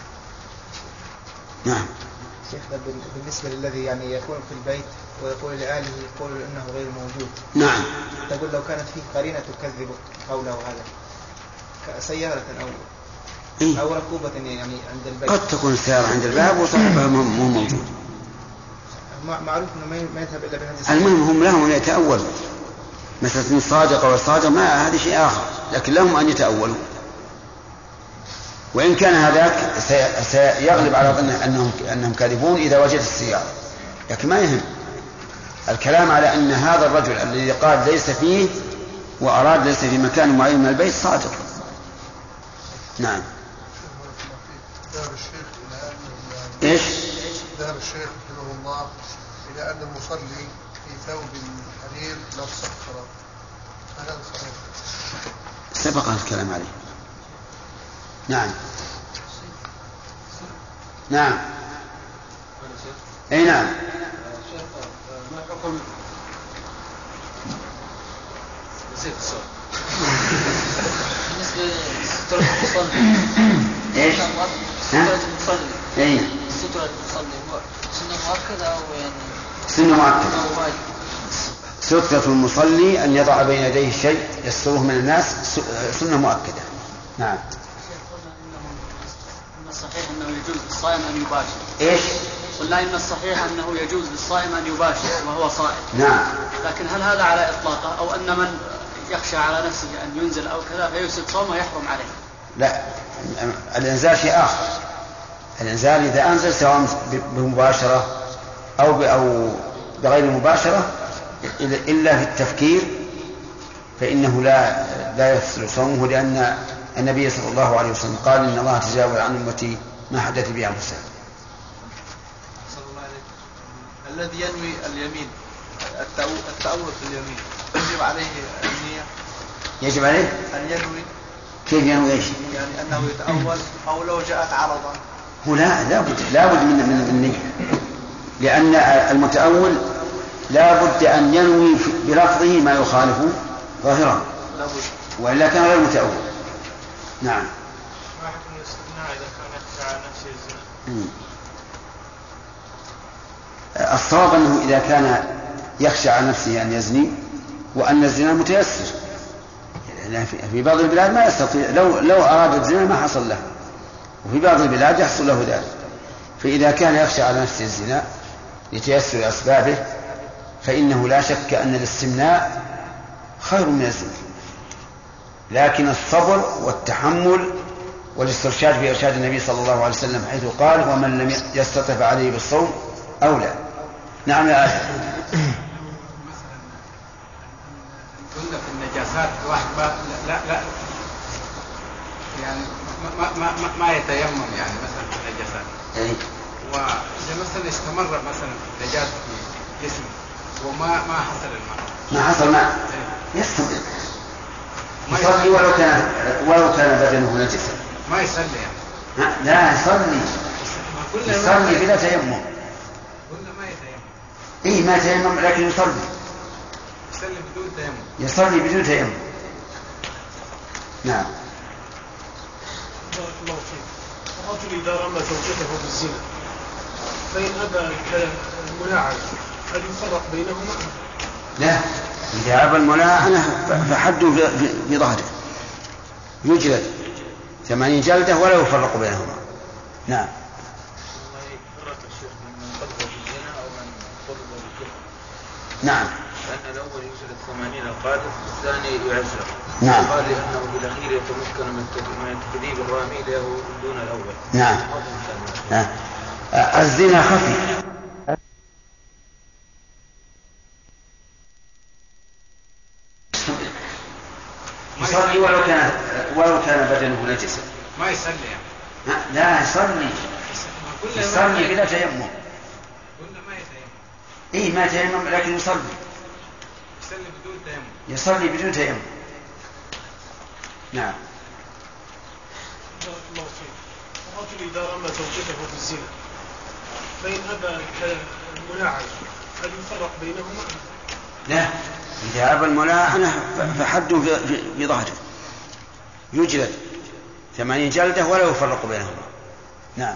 نعم. شيخنا بالنسبة للذي يعني يكون في البيت ويقول لأهله يقول إنه غير موجود، نعم، تقول لو كانت فيه قرينة تكذب قوله هذا كسيارة أو إيه؟ أو ركوبة يعني عند البيت، قد تكون السيارة عند الباب وصاحبها مو موجود. معروف إنه ما يذهب إلا بهذه السيارة. المهم هم لهم أن يتأولوا، مثلا صادق والصادق ما هذا شيء آخر، لكن لهم أن يتأولوا. وإن كان هذاك سيغلب على ظن أنهم, أنهم كاذبون إذا وجد السيارة، لكن ما يهم. الكلام على أن هذا الرجل الذي قال ليس فيه وأراد ليس في مكان معين من البيت صادق. نعم. ذهب الشيخ إلى أن إيش؟ ذهب الشيخ رحمه الله إلى أن المصلي في ثوب حرير لا تصح صلاة. هذا صحيح؟ سبق الكلام عليه. نعم نعم اي نعم. ما حكم نسيت السؤال بالنسبة لسترة المصلي؟ ايش؟ سترة المصلي اي سترة المصلي هو سنة مؤكدة أو يعني سنة مؤكدة؟ سترة المصلي أن يضع بين يديه شيء يستره من الناس، سنة مؤكدة. نعم. صحيح أنه يجوز الصائم أن يباشر. إيش؟ قلنا إن الصحيح أنه يجوز للصائم أن يباشر وهو صائم. نعم. لكن هل هذا على إطلاقه أو أن من يخشى على نفسه أن ينزل أو كذا فيفسد صومه يحرم عليه؟ لا، الإنزال شيء آخر. الإنزال إذا أنزل سواء بمباشرة أو أو بغير مباشرة إلا في التفكير فإنه لا لا يفسد صومه، لأن النبي صلى الله عليه وسلم قال إن الله تجاوز عن أمتي ما حدث به أنفسها. الذي ينوي اليمين التأول في اليمين يجب عليه النية؟ يجب عليه أن ينوي. كيف ينوي ايش؟ يعني أنه يتأول أو لو جاءت عرضا. هو لا لابد لابد من من النية، لأن المتأول لابد أن ينوي بلفظه ما يخالف ظاهره وإلا كان غير متأول. نعم. ما حكم الاستثناء إذا كان يخشى على نفسه الزنا؟ الصواب أنه إذا كان يخشى على نفسه أن يزني وأن الزنا متيسر، يعني في بعض البلاد ما يستطيع، لو لو أراد الزنا ما حصل له، وفي بعض البلاد يحصل له ذلك. فإذا كان يخشى على نفسه الزنا لتيسر أسبابه فإنه لا شك أن الاستمناء خير من الزنا، لكن الصبر والتحمل والاسترشاد في إرشاد النبي صلى الله عليه وسلم حيث قال ومن لم يستطع عليه بالصوم أولى. نعم يا أخي. قلنا في النجاسات واحد ما لا لا يعني ما ما ما, ما يتيمم يعني مثلا في النجاسات. أي. وإذا مثلا استمر مثلا نجاسة في جسمه وما ما حصل الماء. ما حصل ماء. يستطيع. يصلي ولو كان ولو كان بدنه نجسا. ما يصلي يعني. لا يصلي. يصلي بلا تيمم. قلنا ما يتيمم. إيه ما يتيمم لكن يصلي. يصلي بدون تيمم. يصلي بدون تيمم. نعم. بارك الله فيك. الرجل إذا رمى زوجته بالزنا فإن أبى الملاعنة هل يفرق بينهما؟ لا، إذا أبى الملاعنة فحده في ظهره يجلد ثمانين جلدة ولا يفرق بينهما. نعم. نعم. لأن الأول يجلد ثمانين القاذف والثاني يعزر. نعم. قال لأنه بالأخير يتمكن من تكذيب الرامي له دون الأول. نعم. نعم. الزنا خفي. يصلي ولو كان ولو كان بدنه نجسا. ما يصلي يعني. لا يصلي. يصلي بلا تيمم. قلنا ما يتيمم. إيه ما يتيمم لكن يصلي. يصلي بدون تيمم. يصلي بدون تيمم. نعم. بارك الله فيك. الرجل إذا رمى زوجته بالزنا فإن أبى الملاعنة هل يفرق بينهما؟ لا، إذا أبى الملاعنة فحده في ظهره يجلد ثمانين جلدة ولا يفرق بينهما. نعم.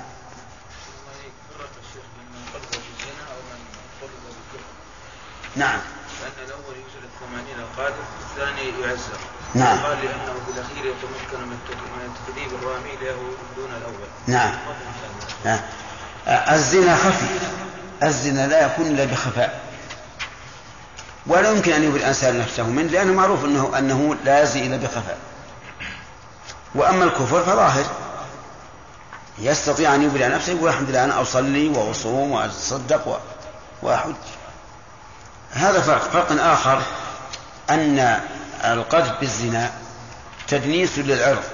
نعم. لأن الأول يجلد ثمانين القاذف والثاني يعزر. نعم. قال لأنه بالأخير يتمكن من تكذيب الرامي له دون الأول. نعم. نعم. الزنا خفي. الزنا لا يكون إلا بخفاء، ولا يمكن أن يبرئ الإنسان نفسه منه لأنه معروف أنه أنه لا يزني إلا بخفاء. وأما الكفر فظاهر، يستطيع أن يبرئ نفسه ويقول الحمد لله أنا أصلي وأصوم وأتصدق وأحج. هذا فرق. فرق آخر أن القذف بالزنا تدنيس للعرض،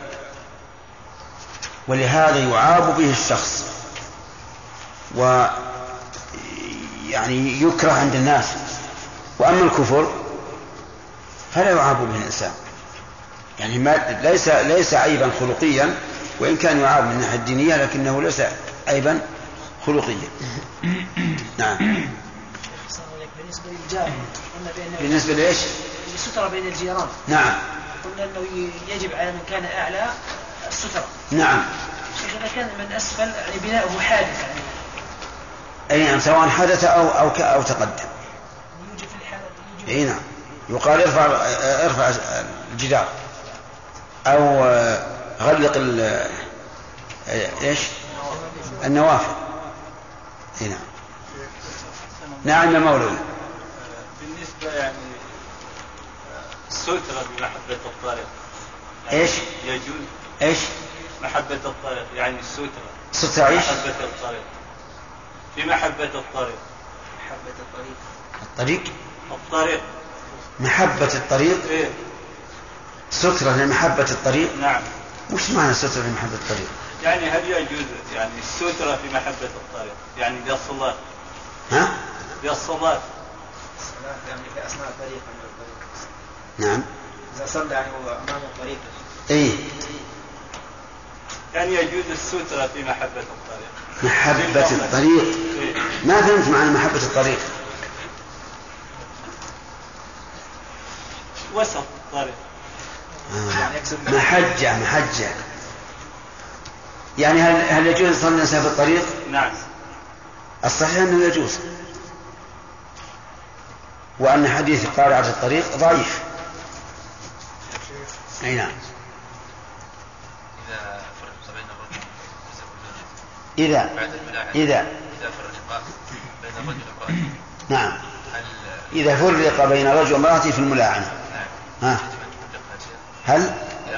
ولهذا يعاب به الشخص ويعني يكره عند الناس. وأما الكفر فلا يعاب به الإنسان، يعني ما ليس ليس عيبا خلقيا، وإن كان يعاب من الناحية الدينية لكنه ليس عيبا خلقيا. نعم. بالنسبة للجار بالنسبة لإيش؟ السترة بين الجيران. نعم. قلنا أنه يجب على من كان أعلى السترة. نعم. إذا كان من أسفل يعني بناؤه حادث يعني. أي نعم، سواء حدث أو أو أو تقدم. يوجد في الحالة. أي نعم. يقال ارفع ارفع الجدار أو غلق ال إيش؟ النوافذ. هنا نعم يا مولوي. بالنسبة يعني السترة بمحبة الطريق ايش؟ يجوز ايش؟ محبة الطريق يعني السترة سترة ايش؟ محبة الطريق بمحبة الطريق محبة الطريق الطريق الطريق محبة الطريق إيه؟ سترة لمحبة الطريق. نعم. وش معنى سترة لمحبة الطريق؟ يعني هل يجوز يعني السترة في محبة الطريق يعني بالصلاة؟ ها؟ بالصلاة الصلاة يعني في أثناء الطريق. نعم. إذا صلى يعني هو أمام الطريق. إيه. يعني يجوز السترة في محبة الطريق. محبة الطريق. إيه؟ ما فهمت معنى محبة الطريق. وسط الطريق. آه. محجة محجة. يعني هل هل يجوز صلاة النساء في الطريق؟ نعم. الصحيح أنه يجوز، وأن حديث قارعة الطريق ضعيف. أي نعم. إذا فرق بين الرجل إذا إذا إذا فرق بين الرجل والمرأة. نعم. إذا فرق بين الرجل وامرأته في الملاعنة. نعم. ها. هل؟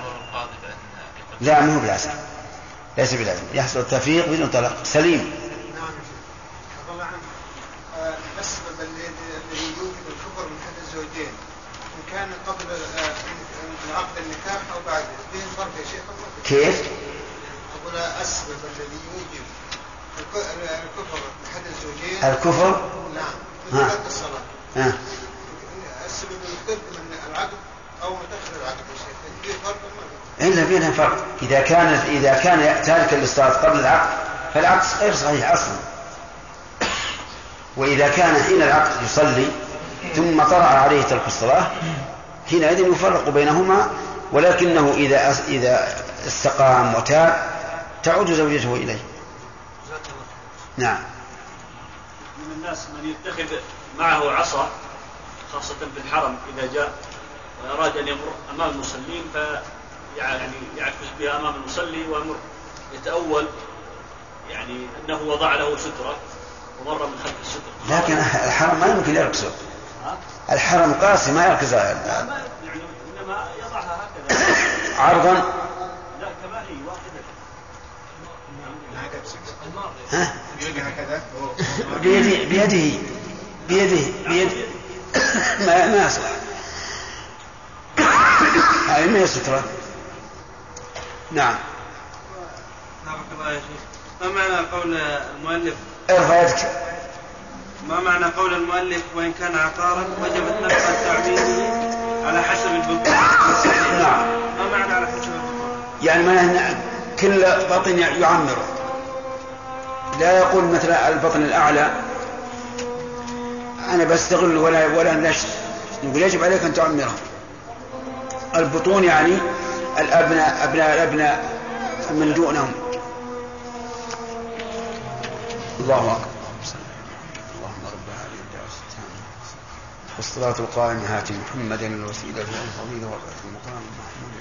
لا، مو بلازم، ليس بلازم، يحصل التفريق بدون طلاق. سليم. نعم. الله عنك. السبب الذي يوجب الكفر من أحد الزوجين إن كان قبل عقد النكاح أو بعد، بين فرق يا شيخ. كيف؟ أقول السبب الذي يوجب الكفر من أحد الزوجين. الكفر؟ نعم. من ترك الصلاة. ها. السبب المقدم من العقد أو متأخر العقد يا شيخ. في فرق ما إلا بينها فرق. إذا كان إذا كان تارك للصلاة قبل العقد فالعقد غير صحيح أصلا، وإذا كان حين العقد يصلي ثم طرأ عليه ترك الصلاة حينئذ يفرق بينهما، ولكنه إذا إذا استقام وتاب تعود زوجته إليه. نعم. من الناس من يتخذ معه عصا خاصة في الحرم إذا جاء وأراد أن يمر أمام المصلين ف يعني يعكس بها أمام المصلي ويمر يتأول يعني أنه وضع له سترة ومر من خلف السترة. لكن الحرم ما يمكن يركزه. الحرم قاسي ما يركز يعني إنما يضعها هكذا عرضا. لا كما هي واحدة. ها؟ بيده بيده بيده بيده ما ما يصلح. هاي ما هي سترة. نعم. نعم الله يا شيخ. ما معنى قول المؤلف ارفع يدك. ما معنى قول المؤلف وإن كان عقارا وجبت نفقة تعميده على حسب البطون؟ نعم. ما معنى على حسب البطون؟ يعني ما كل بطن يعمره، لا يقول مثلا البطن الأعلى أنا بستغل ولا ولا نشر، نقول يجب عليك أن تعمره. البطون يعني الأبناء أبناء الأبناء من دونهم. الله أكبر. اللهم رب هذه الدعوة التامة والصلاة القائمة هات محمدا الوسيلة والفضيلة والبعث المقام محمود.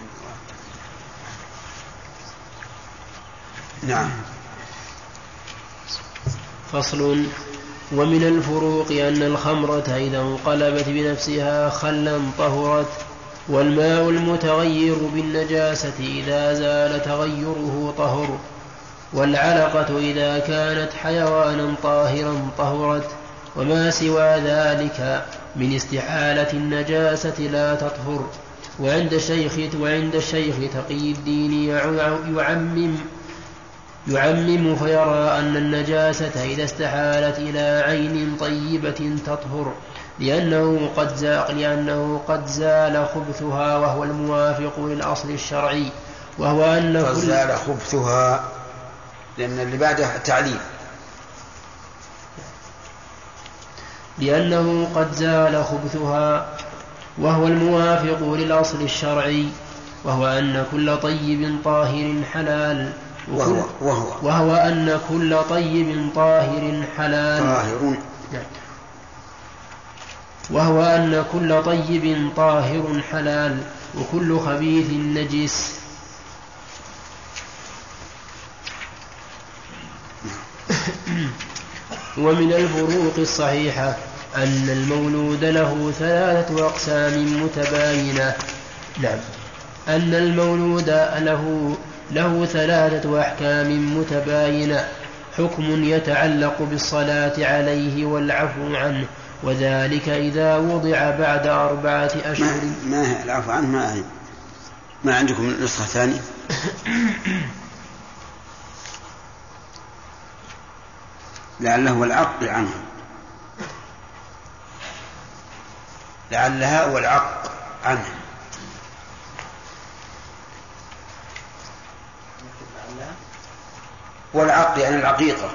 نعم. فصل. ومن الفروق أن الخمرة إذا انقلبت بنفسها خلا طهرت، والماء المتغير بالنجاسة إذا زال تغيره طهر، والعلقة إذا كانت حيوانا طاهرا طهرت، وما سوى ذلك من استحالة النجاسة لا تطهر. وعند الشيخ وعند الشيخ تقي الدين يعمم يعمم فيرى أن النجاسة إذا استحالت إلى عين طيبة تطهر، لأنه قد زال, لأنه قد زال خبثها، وهو الموافق للأصل الشرعي، وهو أن قد زال خبثها، لأن اللي بعده تعليل. لأنه قد زال خبثها وهو الموافق للأصل الشرعي، وهو أن كل طيب طاهر حلال، وهو, وهو, وهو أن كل طيب طاهر حلال طاهر وهو أن كل طيب طاهر حلال، وكل خبيث نجس. ومن الفروق الصحيحة أن المولود له ثلاثة أقسام متباينة. نعم أن المولود له له ثلاثة أحكام متباينة: حكم يتعلق بالصلاة عليه والعفو عنه، وذلك إذا وضع بعد أربعة أشهر. ما هي العفو عنه؟ ما هي ما عندكم نسخة ثانية؟ لعله هو العق عنه، لعلها هو العق عنه. والعق يعني العقيقة.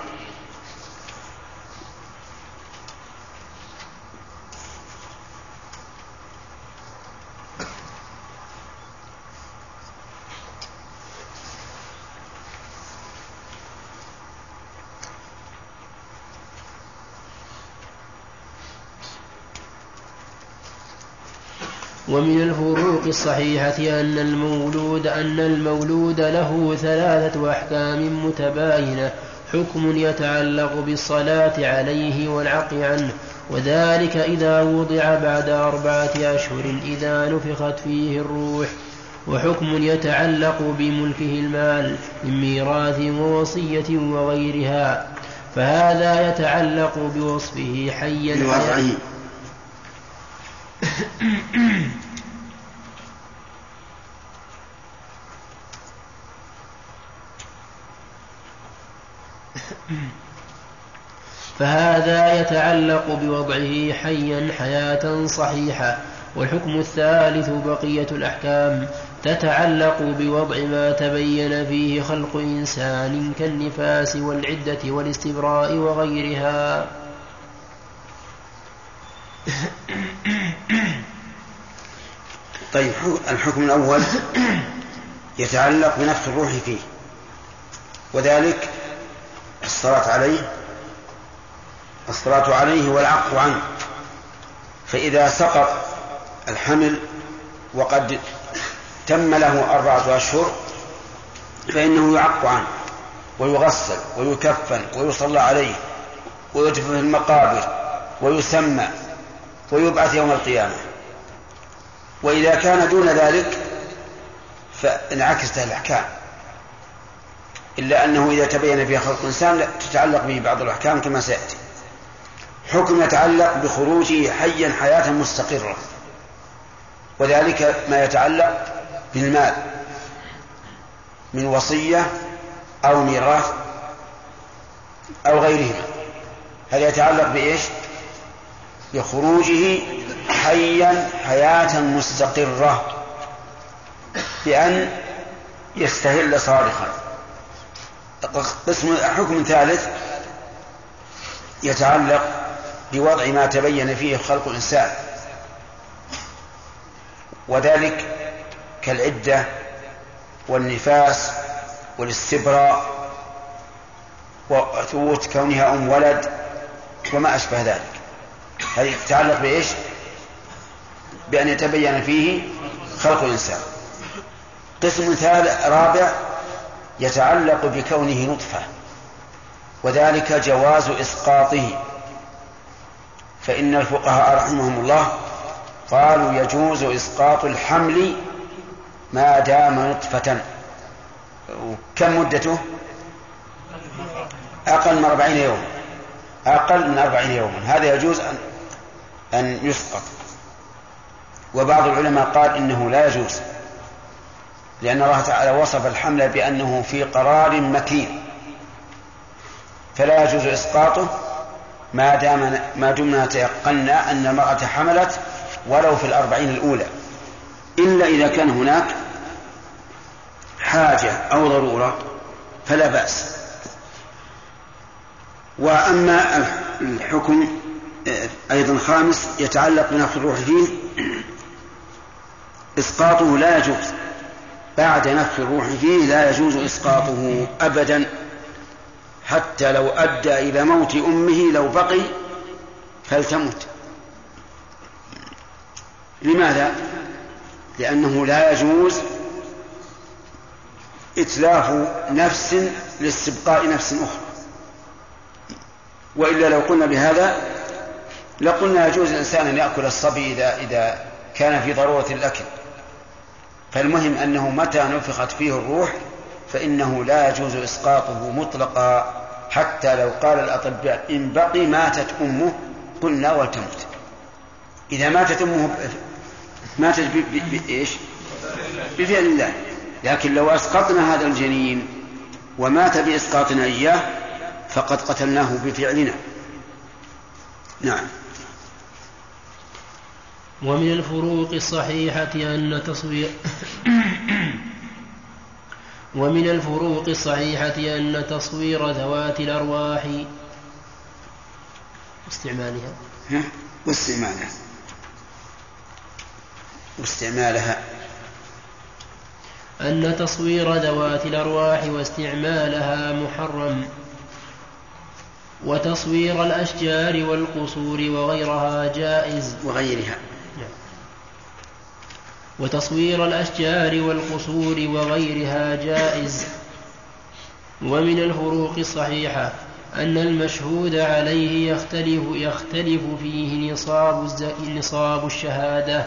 ومن الفروق الصحيحة أن المولود أن المولود له ثلاثة أحكام متباينة: حكم يتعلق بالصلاة عليه والعق عنه، وذلك إذا وضع بعد أربعة أشهر إذا نفخت فيه الروح، وحكم يتعلق بملكه المال من ميراث ووصية وغيرها، فهذا يتعلق بوصفه حيا حيا فهذا يتعلق بوضعه حيا حياة صحيحة. والحكم الثالث بقية الأحكام تتعلق بوضع ما تبين فيه خلق إنسان كالنفاس والعدة والاستبراء وغيرها. طيب، الحكم الأول يتعلق بنفس الروح فيه، وذلك الصلاة عليه الصلاة عليه والعق عنه. فإذا سقط الحمل وقد تم له أربعة أشهر فإنه يعق عنه ويغسل ويكفن ويصلى عليه ويدفن في المقابر ويسمى ويبعث يوم القيامة. وإذا كان دون ذلك فانعكست الأحكام، إلا أنه إذا تبين فيها خلق إنسان تتعلق به بعض الأحكام كما سيأتي. حكم يتعلق بخروجه حيا حياة مستقرة، وذلك ما يتعلق بالمال من وصية أو ميراث أو غيرهما. هذا يتعلق بإيش؟ بخروجه حيا حياة مستقرة بأن يستهل صارخا. قسم حكم ثالث يتعلق بوضع ما تبين فيه خلق الإنسان، وذلك كالعدة والنفاس والاستبراء وثبوت كونها أم ولد وما أشبه ذلك. هذه تتعلق بإيش؟ بأن يتبين فيه خلق الإنسان. قسم ثالث رابع يتعلق بكونه نطفة، وذلك جواز إسقاطه. فإن الفقهاء رحمهم الله قالوا يجوز إسقاط الحمل ما دام نطفة. كم مدته؟ أقل من أربعين يوما أقل من أربعين يوما هذا يجوز أن, أن يسقط. وبعض العلماء قال إنه لا يجوز، لأن الله تعالى وصف الحمل بأنه في قرار مكين، فلا يجوز إسقاطه ما دام ما دمنا تيقنا أن المرأة حملت ولو في الأربعين الأولى، إلا إذا كان هناك حاجة أو ضرورة فلا بأس. وأما الحكم أيضا خامس يتعلق بنفخ الروح فيه، إسقاطه لا يجوز بعد نفخ الروح فيه، لا يجوز إسقاطه أبدا، حتى لو أدى إلى موت أمه لو بقي فلتمت. لماذا؟ لأنه لا يجوز إتلاف نفس لاستبقاء نفس أخرى. وإلا لو قلنا بهذا لقلنا يجوز الإنسان أن يأكل الصبي إذا, إذا كان في ضرورة الأكل. فالمهم أنه متى نفخت فيه الروح فإنه لا يجوز إسقاطه مطلقا، حتى لو قال الأطباء إن بقي ماتت أمه قلنا ولتمت. إذا ماتت أمه ماتت بإيش؟ بفعل الله. لكن لو أسقطنا هذا الجنين ومات بإسقاطنا إياه فقد قتلناه بفعلنا. نعم. ومن الفروق الصحيحة أن تصوير ومن الفروق الصحيحة أن تصوير ذوات الأرواح واستعمالها واستعمالها واستعمالها أن تصوير ذوات الأرواح واستعمالها محرم، وتصوير الأشجار والقصور وغيرها جائز وغيرها وتصوير الأشجار والقصور وغيرها جائز. ومن الفروق الصحيحة أن المشهود عليه يختلف, يختلف فيه نصاب, نصاب الشهادة،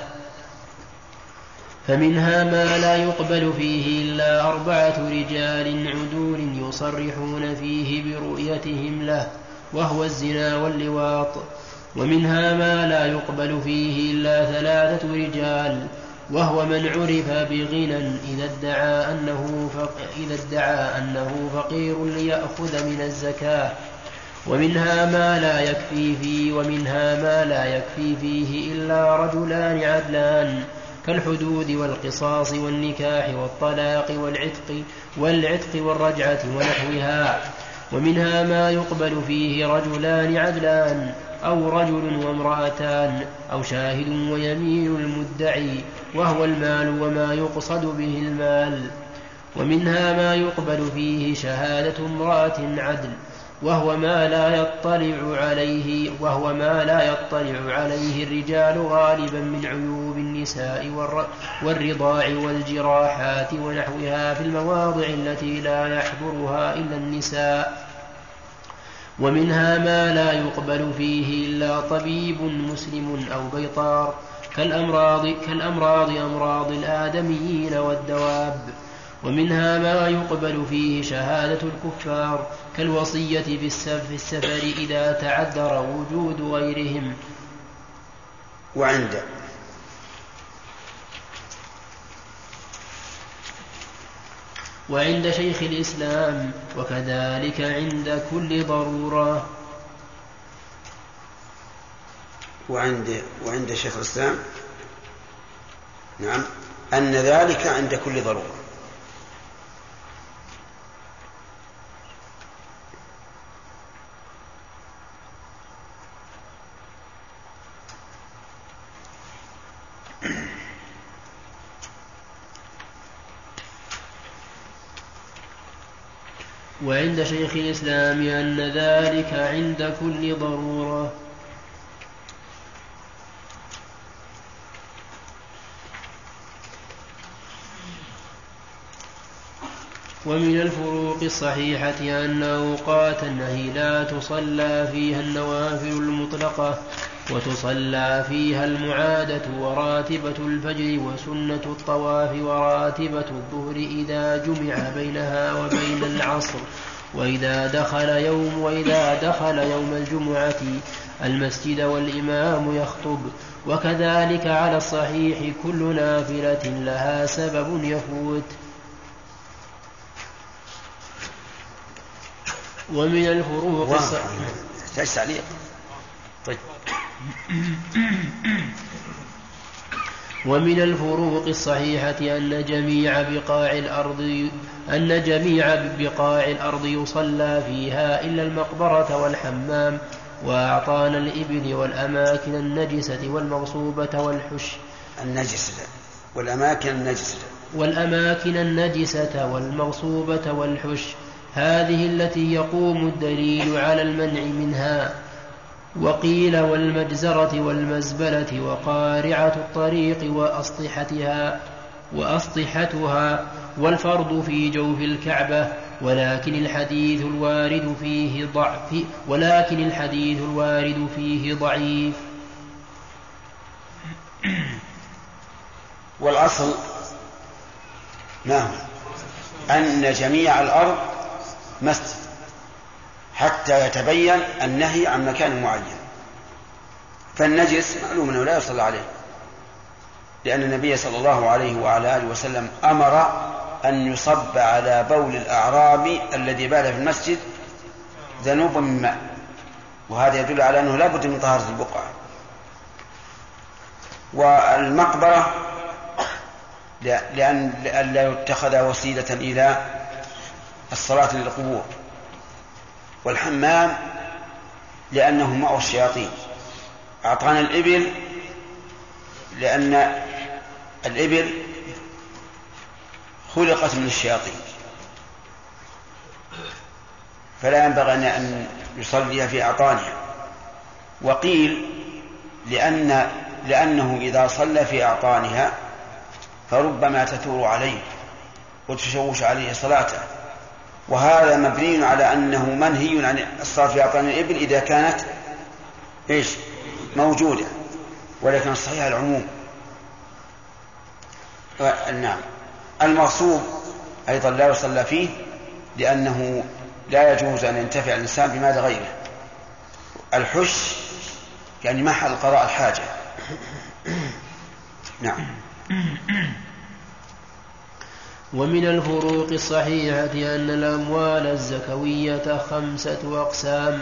فمنها ما لا يقبل فيه إلا أربعة رجال عدول يصرحون فيه برؤيتهم له، وهو الزنا واللواط. ومنها ما لا يقبل فيه إلا ثلاثة رجال، وهو من عرف بغنى إذا ادعى أنه, إذا ادعى أنه فقير ليأخذ من الزكاة. ومنها ما لا يكفي فيه ومنها ما لا يكفي فيه إلا رجلان عدلان كالحدود والقصاص والنكاح والطلاق والعتق والعتق والرجعة ونحوها. ومنها ما يقبل فيه رجلان عدلان أو رجل وامرأتان أو شاهد ويمين المدعي، وهو المال وما يقصد به المال. ومنها ما يقبل فيه شهادة امرأة عدل، وهو ما لا يطلع عليه وهو ما لا يطلع عليه الرجال غالبا من عيوب النساء والرضاع والجراحات ونحوها في المواضع التي لا يحضرها إلا النساء. ومنها ما لا يقبل فيه إلا طبيب مسلم أو بيطار كالأمراض, كالأمراض أمراض الآدميين والدواب. ومنها ما يقبل فيه شهادة الكفار كالوصية في السفر إذا تعذر وجود غيرهم. وعند وعند شيخ الإسلام وكذلك عند كل ضرورة. وعند وعند شيخ الإسلام نعم أن ذلك عند كل ضرورة. وعند شيخ الإسلام أن ذلك عند كل ضرورة. ومن الفروق الصحيحة أن أوقات النهي لا تصلى فيها النوافل المطلقة، وتصلى فيها المعادة وراتبة الفجر وسنة الطواف وراتبة الظهر إذا جمع بينها وبين العصر، وإذا دخل يوم وإذا دخل يوم الجمعة المسجد والإمام يخطب. وكذلك على الصحيح كل نافلة لها سبب يفوت. ومن الفروق الصحيحة طيب. ومن الفروق الصحيحة أن جميع بقاع الأرض أن جميع بقاع الأرض يصلى فيها إلا المقبرة والحمام وأعطان الإبل والأماكن النجسة والمغصوبة والحش النجسة والأماكن النجسة والأماكن النجسة والمغصوبة والحش، هذه التي يقوم الدليل على المنع منها. وقيل والمجزرة والمزبلة وقارعة الطريق وأسطحتها وأسطحتها والفرض في جوف الكعبة، ولكن الحديث الوارد فيه ضعف ولكن الحديث الوارد فيه ضعيف. والأصل نعم أن جميع الأرض مسجد حتى يتبين النهي عن مكان معين. فالنجس معلوم أنه لا يصلى عليه، لأن النبي صلى الله عليه وعلى آله وسلم أمر أن يصب على بول الأعرابي الذي بال في المسجد ذنوب من ماء، وهذا يدل على أنه لا بد من طهارة البقعة. والمقبرة لأن لا يتخذ وسيلة إلى الصلاة للقبور، والحمام لأنه مأوى الشياطين. أعطانا الإبل لأن الإبل خلقت من الشياطين، فلا ينبغي أن يصلي في أعطانها. وقيل لأن لأنه إذا صلى في أعطانها فربما تثور عليه وتشوش عليه صلاته، وهذا مبني على أنه منهي عن الصلاة في أعطان الإبل إذا كانت إيش موجودة، ولكن الصحيح العموم. نعم. المغصوب أيضا لا يصلى فيه، لأنه لا يجوز أن ينتفع الإنسان بمال غيره. الحش يعني محل قضاء الحاجة. نعم. ومن الفروق الصحيحة أن الأموال الزكوية خمسة أقسام: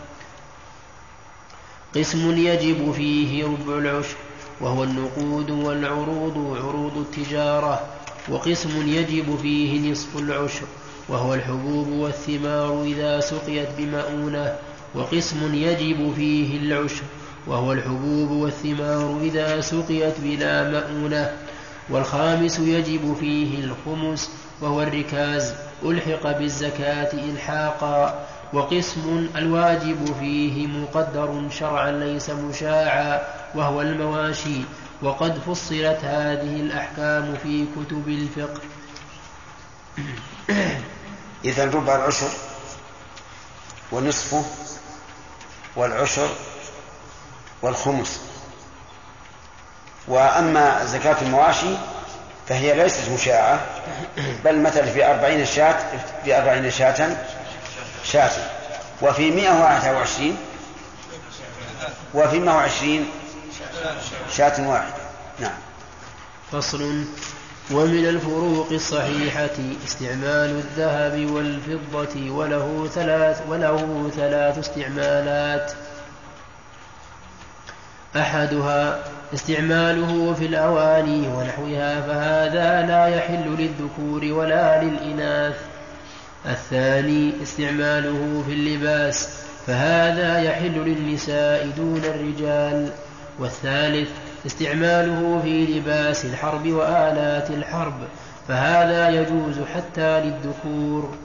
قسم يجب فيه ربع العشر وهو النقود والعروض عروض التجارة، وقسم يجب فيه نصف العشر وهو الحبوب والثمار إذا سقيت بمؤونة، وقسم يجب فيه العشر وهو الحبوب والثمار إذا سقيت بلا مؤونة، والخامس يجب فيه الخمس وهو الركاز ألحق بالزكاة إلحاقا، وقسم الواجب فيه مقدر شرعا ليس مشاعا وهو المواشي، وقد فصلت هذه الأحكام في كتب الفقه. إذن ربع العشر ونصفه والعشر والخمس. وأما زكاة المواشي فهي ليست مشاعة، بل مثل في أربعين شاة في أربعين شاة شاة وفي مئة واحد وعشرين وفي مئة وعشرين شاة واحد. نعم. فصل. ومن الفروق الصحيحة استعمال الذهب والفضة، وله ثلاث وله ثلاث استعمالات: أحدها استعماله في الأواني ونحوها، فهذا لا يحل للذكور ولا للإناث. الثاني استعماله في اللباس، فهذا يحل للنساء دون الرجال. والثالث استعماله في لباس الحرب وآلات الحرب، فهذا يجوز حتى للذكور.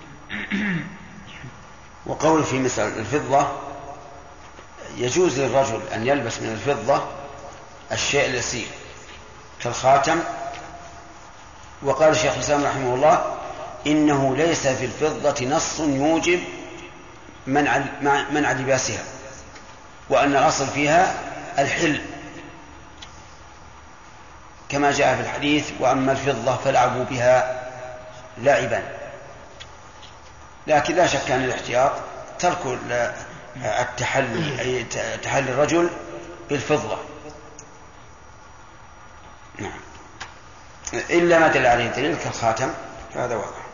وقول في مثل الفضة يجوز للرجل أن يلبس من الفضة الشيء اليسير كالخاتم. وقال الشيخ الإسلام رحمه الله إنه ليس في الفضة نص يوجب منع منع لباسها، وأن الأصل فيها الحل كما جاء في الحديث: وأما الفضة فالعبوا بها لعبا. لكن لا شك أن الاحتياط ترك التحلي، أي تحلي الرجل بالفضة، نعم، إلا ما دل عليه دليل كالخاتم، فهذا واضح.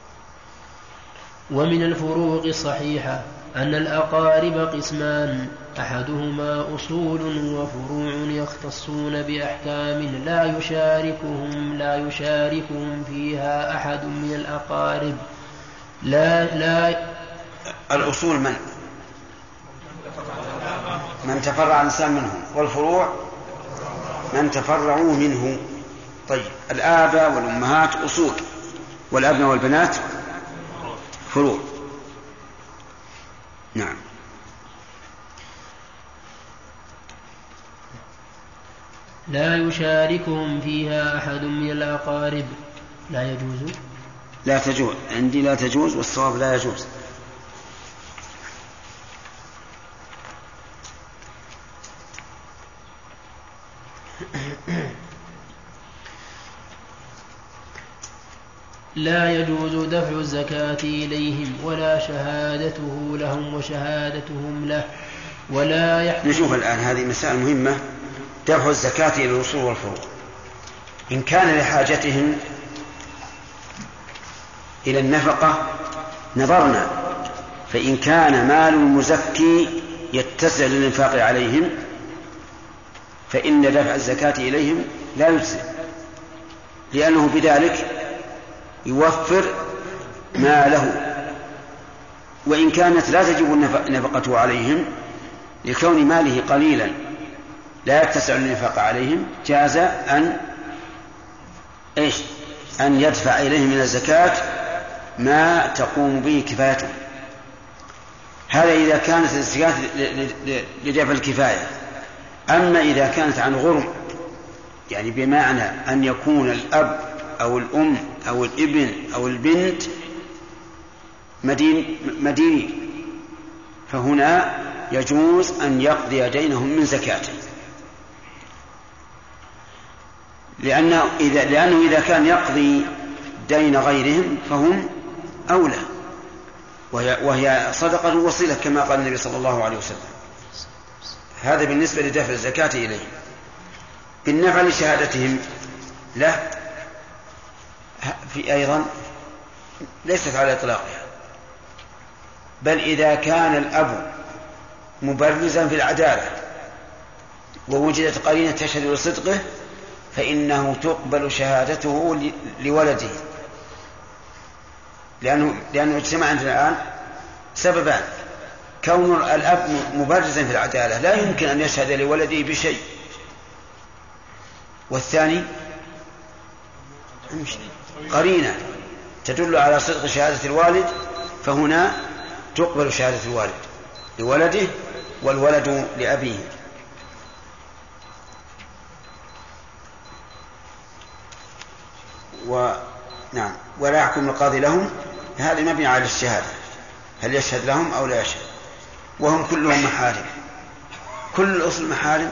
ومن الفروق الصحيحة أن الأقارب قسمان: أحدهما أصول وفروع يختصون بأحكام لا يشاركهم لا يشاركهم فيها أحد من الأقارب. لا لا الأصول من من تفرع الإنسان منهم، والفروع من تفرعوا منه. طيب، الآباء والأمهات أصول، والأبناء والبنات فروع. نعم. لا يشاركهم فيها أحد من الأقارب. لا يجوز لا تجوز عندي لا تجوز والصواب لا يجوز. لا يجوز دفع الزكاة إليهم ولا شهادته لهم وشهادتهم له ولا يحكم. نشوف الآن هذه مسائل مهمة. دفع الزكاة إلى الأصول والفروع إن كان لحاجتهم إلى النفقة نظرنا، فإن كان مال المزكي يتسع للإنفاق عليهم فإن دفع الزكاة إليهم لا يجزئ، لأنه بذلك يوفر ماله. وإن كانت لا تجب النفقة عليهم لكون ماله قليلا لا يتسع للإنفاق عليهم جاز أن إيش أن يدفع إليهم من الزكاة ما تقوم به كفايته. هذا إذا كانت الزكاة لدفع الكفاية. أما إذا كانت عن غرم، يعني بمعنى أن يكون الأب أو الأم أو الابن أو البنت مدين مدين فهنا يجوز أن يقضي دينهم من زكاته، لأنه إذا, لأنه إذا كان يقضي دين غيرهم فهم أولى، وهي, وهي صدقة وصلة كما قال النبي صلى الله عليه وسلم. هذا بالنسبة لدفع الزكاة إليهم. بالنفع لشهادتهم له في أيضا ليست على إطلاقها، بل إذا كان الأب مبرزا في العدالة ووجدت قرينة تشهد لصدقه فإنه تقبل شهادته لولده، لأنه, لأنه اجتمع عندنا الآن سببان: كون الأب مبرزا في العدالة لا يمكن أن يشهد لولده بشيء، والثاني قرينة تدل على صدق شهادة الوالد، فهنا تقبل شهادة الوالد لولده والولد لأبيه. ونعم ولا يحكم القاضي لهم، هذا مبني على الشهادة، هل يشهد لهم أو لا يشهد، وهم كلهم محارم. كل الأصول محارم،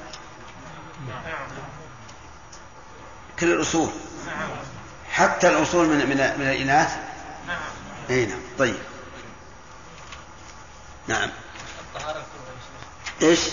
كل الأصول حتى الأصول من, من, من الإناث. أي نعم. طيب نعم. إيش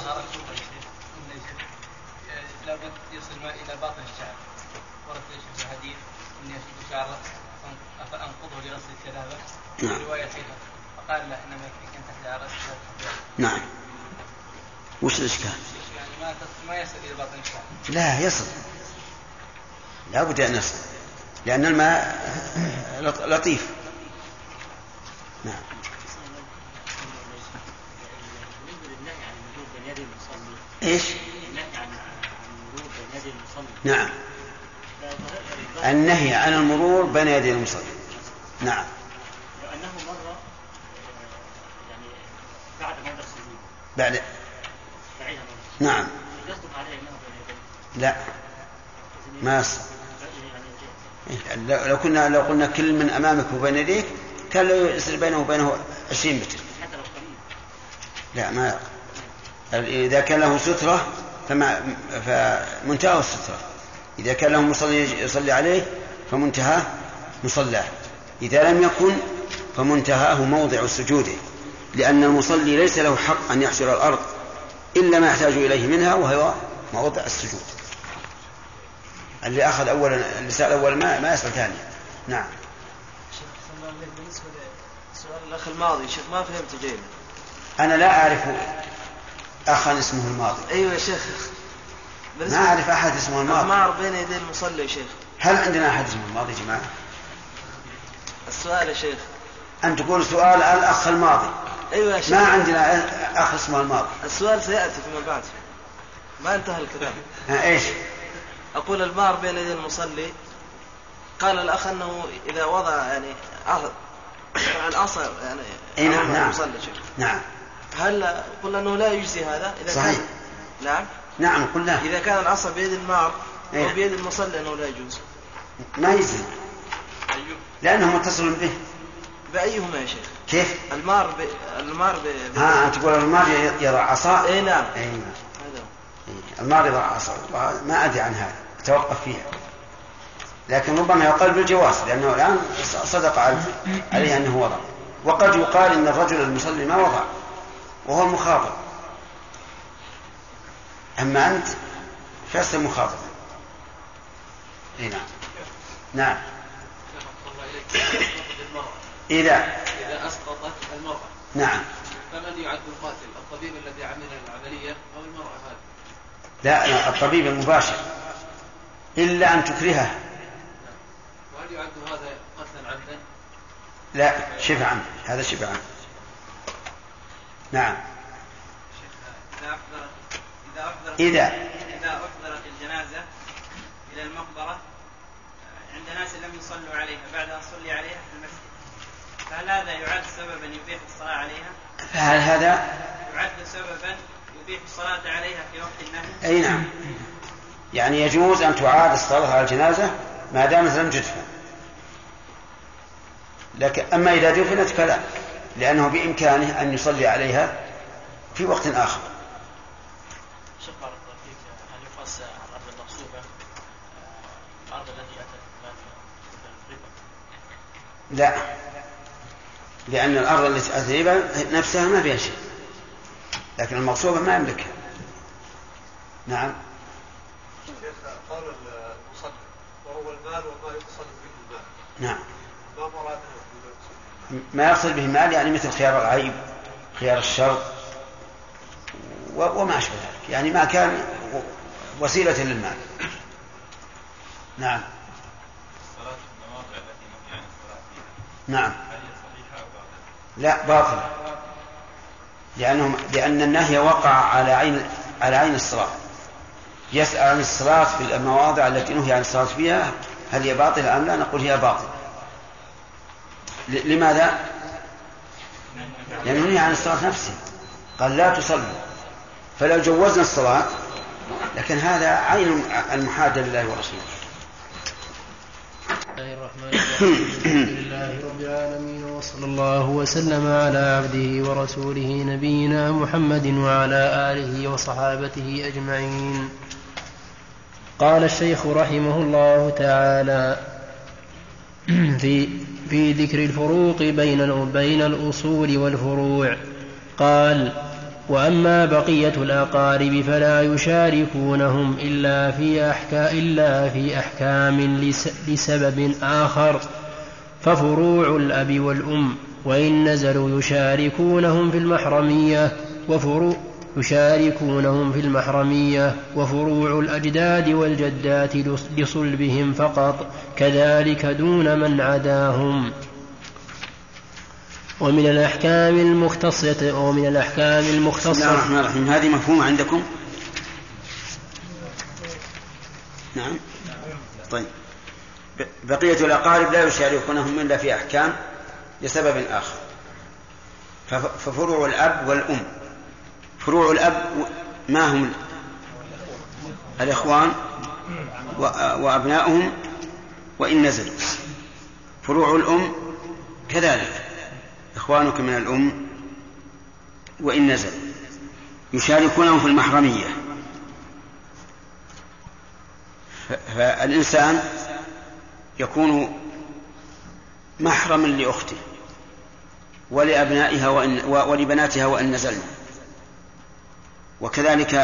لابد يصل الماء إلى باطن الشعر، ورد في الحديث إن يشد شعره فأنقضه لغسل الكلابة. نعم. رواية فيها فقال لا إنما يكفيك أن تحت رأسك. نعم. وش الإشكال؟ يعني ما ما يصل إلى باطن الشعر. لا يصل، لا بد أن يصل، لأن الماء لطيف. نعم. إيش؟ نعم. النهي عن المرور بين يدي المصلي. نعم. وأنه مر يعني بعد ما درس الوضوء. بعد. نعم. يصدق عليه أنه بين يديه. لا. ما يصدق. لو كنا لو قلنا كل من أمامك وبين يديك كان لو يصير بينه وبينه عشرين متر. حتى لو قريب. لا ما. إذا كان له سترة فما فمنتهى السترة. إذا كان له مصلي يصلي عليه فمنتهى مصلاه. إذا لم يكن فمنتهاه موضع سجوده، لأن المصلي ليس له حق أن يحشر الأرض إلا ما يحتاج إليه منها، وهو موضع السجود. اللي أخذ أولا اللي سأل أول ما ما يسأل ثاني. نعم. بالنسبة لسؤال الأخ الماضي شيخ ما فهمت جيد. أنا لا أعرف أخا اسمه الماضي. أيوة يا شيخ. ما أعرف أحد اسمه الماضي. ما أعرف بين يدي المصلي يا شيخ. هل عندنا أحد اسمه الماضي يا جماعة؟ السؤال يا شيخ. أن تقول سؤال الأخ الماضي. أيوة يا شيخ. ما عندنا أخ اسمه الماضي. السؤال سيأتي فيما بعد، ما انتهى الكلام. إيش؟ أقول المار بين يدي المصلي، قال الأخ أنه إذا وضع يعني العصا يعني أي نعم نعم. نعم. هل قلنا أنه لا يجزي هذا إذا صحيح. كان؟ نعم. نعم قلنا إذا كان العصا بيد المار أو بيد المصلي أنه لا يجوز. ما يزن لأنه متصل به. بأيهما يا شيخ؟ كيف؟ المار ب... المار ب... ها أنت تقول المار يضع عصا؟ إيه نعم. إيه نعم. المار يضع عصا، ما أدري عن هذا، أتوقف فيها. لكن ربما يقال بالجواز لأنه الآن صدق عليه أنه وضع. وقد يقال إن الرجل المصلي ما وضع وهو المخاطب، أما أنت فلست مخاطبا. إيه نعم. نعم. إذا إذا أسقطت المرأة نعم فمن يعد القاتل؟ الطبيب الذي عمل العملية أو المرأة هذه؟ لا، الطبيب المباشر إلا أن تكرهه. وهل يعد هذا قتلا عمدا؟ لا، شبه عمد، هذا شبه عمد. نعم. إذا أحضرت إذا أحضرت إذا إذا أحضرت الجنازة إلى المقبرة عند ناس لم يصلوا عليها بعد أن صلي عليها في المسجد، فهل هذا يعد سببا يبيح الصلاة عليها؟ فهل هذا يعد سببا يبيح الصلاة عليها في وقت النهي؟ أي نعم، يعني يجوز أن تعاد الصلاة على الجنازة ما دامت لم تدفن. لكن أما إذا دفنت فلا، لأنه بإمكانه أن يصلي عليها في وقت آخر. شكرا فيك. هل يقاس الأرض المغصوبة الأرض التي أتت لا، لأن الأرض التي أتت ربا نفسها ما فيها شيء، لكن المغصوبة ما يملكها. نعم. قال المصلي وهو المال وما يقصد به المال. نعم. ما مراده ما يقصد به المال يعني مثل خيار العيب، خيار الشر، وما أشبه ذلك، يعني ما كان وسيلة للمال. نعم. الصلاة في المواضع التي نهي عن الصلاة فيها. نعم. هل هي صحيحة أو باطلة؟ لا، باطلة، لأنه لأن النهي وقع على عين على عين الصلاة. يسأل عن الصلاة في المواضع التي نهي عن الصلاة فيها هل هي باطلة أم لا؟ نقول هي باطلة. لماذا؟ لأنه نهي عن الصلاة نفسها، قال لا تصلوا. فلو جوزنا الصلاة لكن هذا عين المحادة لله ورسوله. بسم الله الرحمن الرحيم. الحمد لله رب العالمين، وصلى الله وسلم على عبده ورسوله نبينا محمد وعلى آله وصحابته أجمعين. قال الشيخ رحمه الله تعالى في في ذكر الفروق بين بين الأصول والفروع، قال: وأما بقية الأقارب فلا يشاركونهم إلا في أحكام, إلا في أحكام لسبب آخر، ففروع الأب والأم وإن نزلوا يشاركونهم في المحرمية وفروع يشاركونهم في المحرمية وفروع الأجداد والجدات لصلبهم فقط، كذلك دون من عداهم. ومن الأحكام المختصة ومن الأحكام المختصة بسم الله الرحمن الرحيم. هذه مفهومة عندكم؟ نعم. طيب، بقية الأقارب لا يشاركونهم إلا في أحكام لسبب آخر، ففروع الأب والأم. فروع الأب ما هم؟ الإخوان وأبناؤهم وإن نزلوا. فروع الأم كذلك، إخوانك من الأم وإن نزل يشاركونهم في المحرمية. فالإنسان يكون محرما لأخته ولأبنائها وإن ولبناتها وإن نزلنا، وكذلك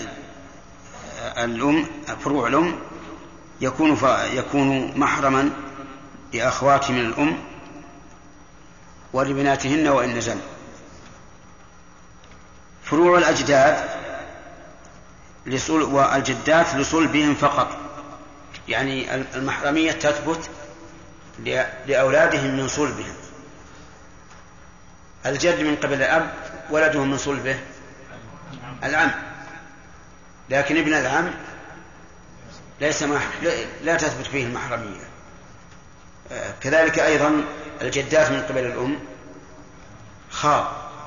الأم فروع الأم يكون يكون محرما لأخوات من الأم ولبناتهن وإن نزل. فروع الأجداد والجدات لصلبهم فقط، يعني المحرمية تثبت لأولادهم من صلبهم. الجد من قبل الأب ولده من صلبه العم، لكن ابن العم ليس مح... لا تثبت فيه المحرمية. كذلك أيضا الجدات من قبل الأم خال،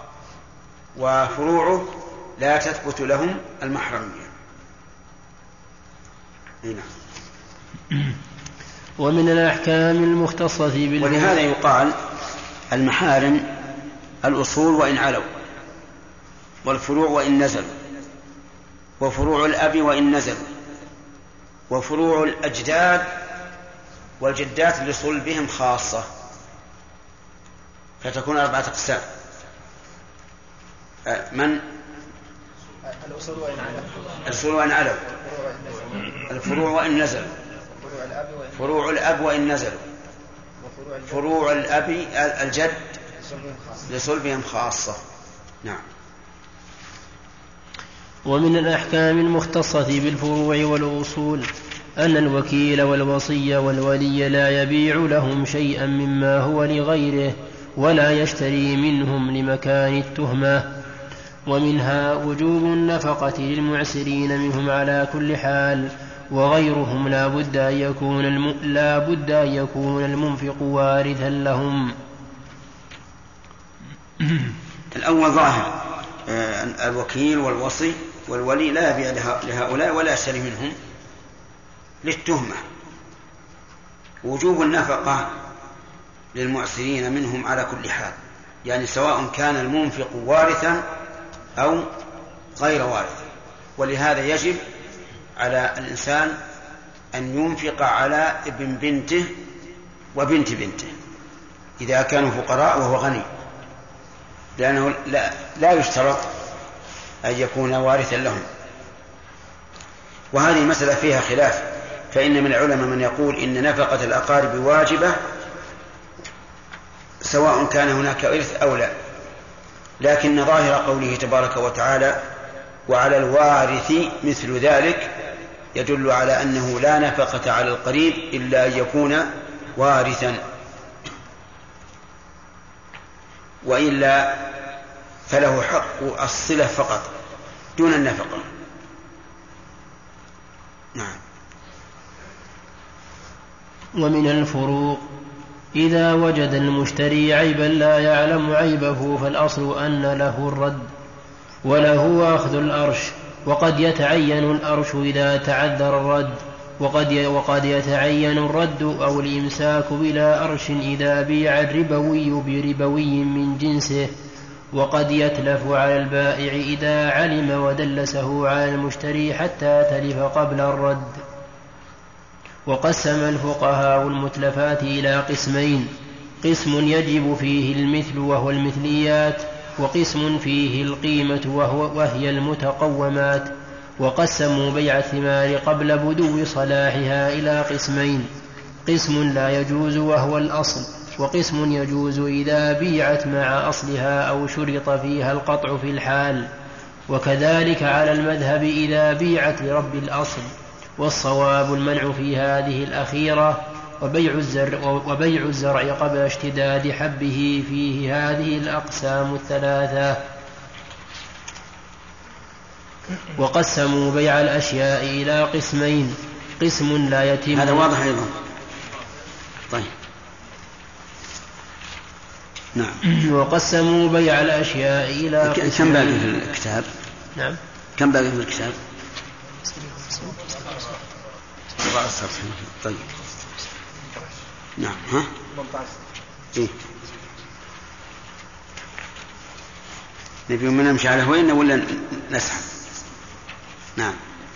وفروعه لا تثبت لهم المحرمية. هنا. ومن الأحكام المختصة بالفروع. ولهذا يقال المحارم الأصول وإن علوا، والفروع وإن نزلوا، وفروع الأب وإن نزلوا، وفروع الأجداد والجدات لصلبهم خاصة، فتكون أربعة أقسام. من الأصول وإن علوا، الفروع وإن نزلوا، فروع الأب وإن نزلوا، فروع الأب الجد لصلبهم خاصة. نعم. ومن الأحكام المختصة بالفروع والأصول أن الوكيل والوصي والولي لا يبيع لهم شيئا مما هو لغيره ولا يشتري منهم لمكان التهمة. ومنها وجوب النفقة للمعسرين منهم على كل حال، وغيرهم لا بد أن يكون الم... لا بد أن يكون المنفق وارثا لهم. الأول ظاهر الوكيل والوصي والولي لا يبيع لهؤلاء ولا يشتري منهم للتهمة. وجوب النفقة للمعسرين منهم على كل حال، يعني سواء كان المنفق وارثا أو غير وارث. ولهذا يجب على الإنسان أن ينفق على ابن بنته وبنت بنته إذا كانوا فقراء وهو غني، لأنه لا, لا يشترط أن يكون وارثا لهم. وهذه مسألة فيها خلاف، فإن من العلماء من يقول إن نفقة الأقارب واجبة سواء كان هناك إرث أو لا، لكن ظاهر قوله تبارك وتعالى وعلى الوارث مثل ذلك يدل على أنه لا نفقة على القريب إلا أن يكون وارثا، وإلا فله حق الصلة فقط دون النفقة. نعم. ومن الفروق إذا وجد المشتري عيبا لا يعلم عيبه فالأصل أن له الرد وله أخذ الأرش، وقد يتعين الأرش إذا تعذر الرد، وقد وقد يتعين الرد أو الإمساك بلا أرش إذا بيع الربوي بربوي من جنسه، وقد يتلف على البائع إذا علم ودلسه على المشتري حتى تلف قبل الرد. وقسم الفقهاء المتلفات إلى قسمين: قسم يجب فيه المثل وهو المثليات، وقسم فيه القيمة وهو وهي المتقومات. وقسموا بيع الثمار قبل بدو صلاحها إلى قسمين: قسم لا يجوز وهو الأصل، وقسم يجوز إذا بيعت مع أصلها أو شرط فيها القطع في الحال. وكذلك على المذهب إذا بيعت لرب الأصل، والصواب المنع في هذه الأخيرة. وبيع الزرع, وبيع الزرع قبل اشتداد حبه فيه هذه الأقسام الثلاثة. وقسموا بيع الأشياء إلى قسمين: قسم لا يتم. هذا واضح أيضا. طيب. نعم. وقسموا بيع الأشياء إلى قسمين. كم باقي في الكتاب؟ نعم. كم باقي في الكتاب؟ طيب. نعم. ها؟ إيه؟ نبي من نمشي على هوين ولا نسحب؟ نعم.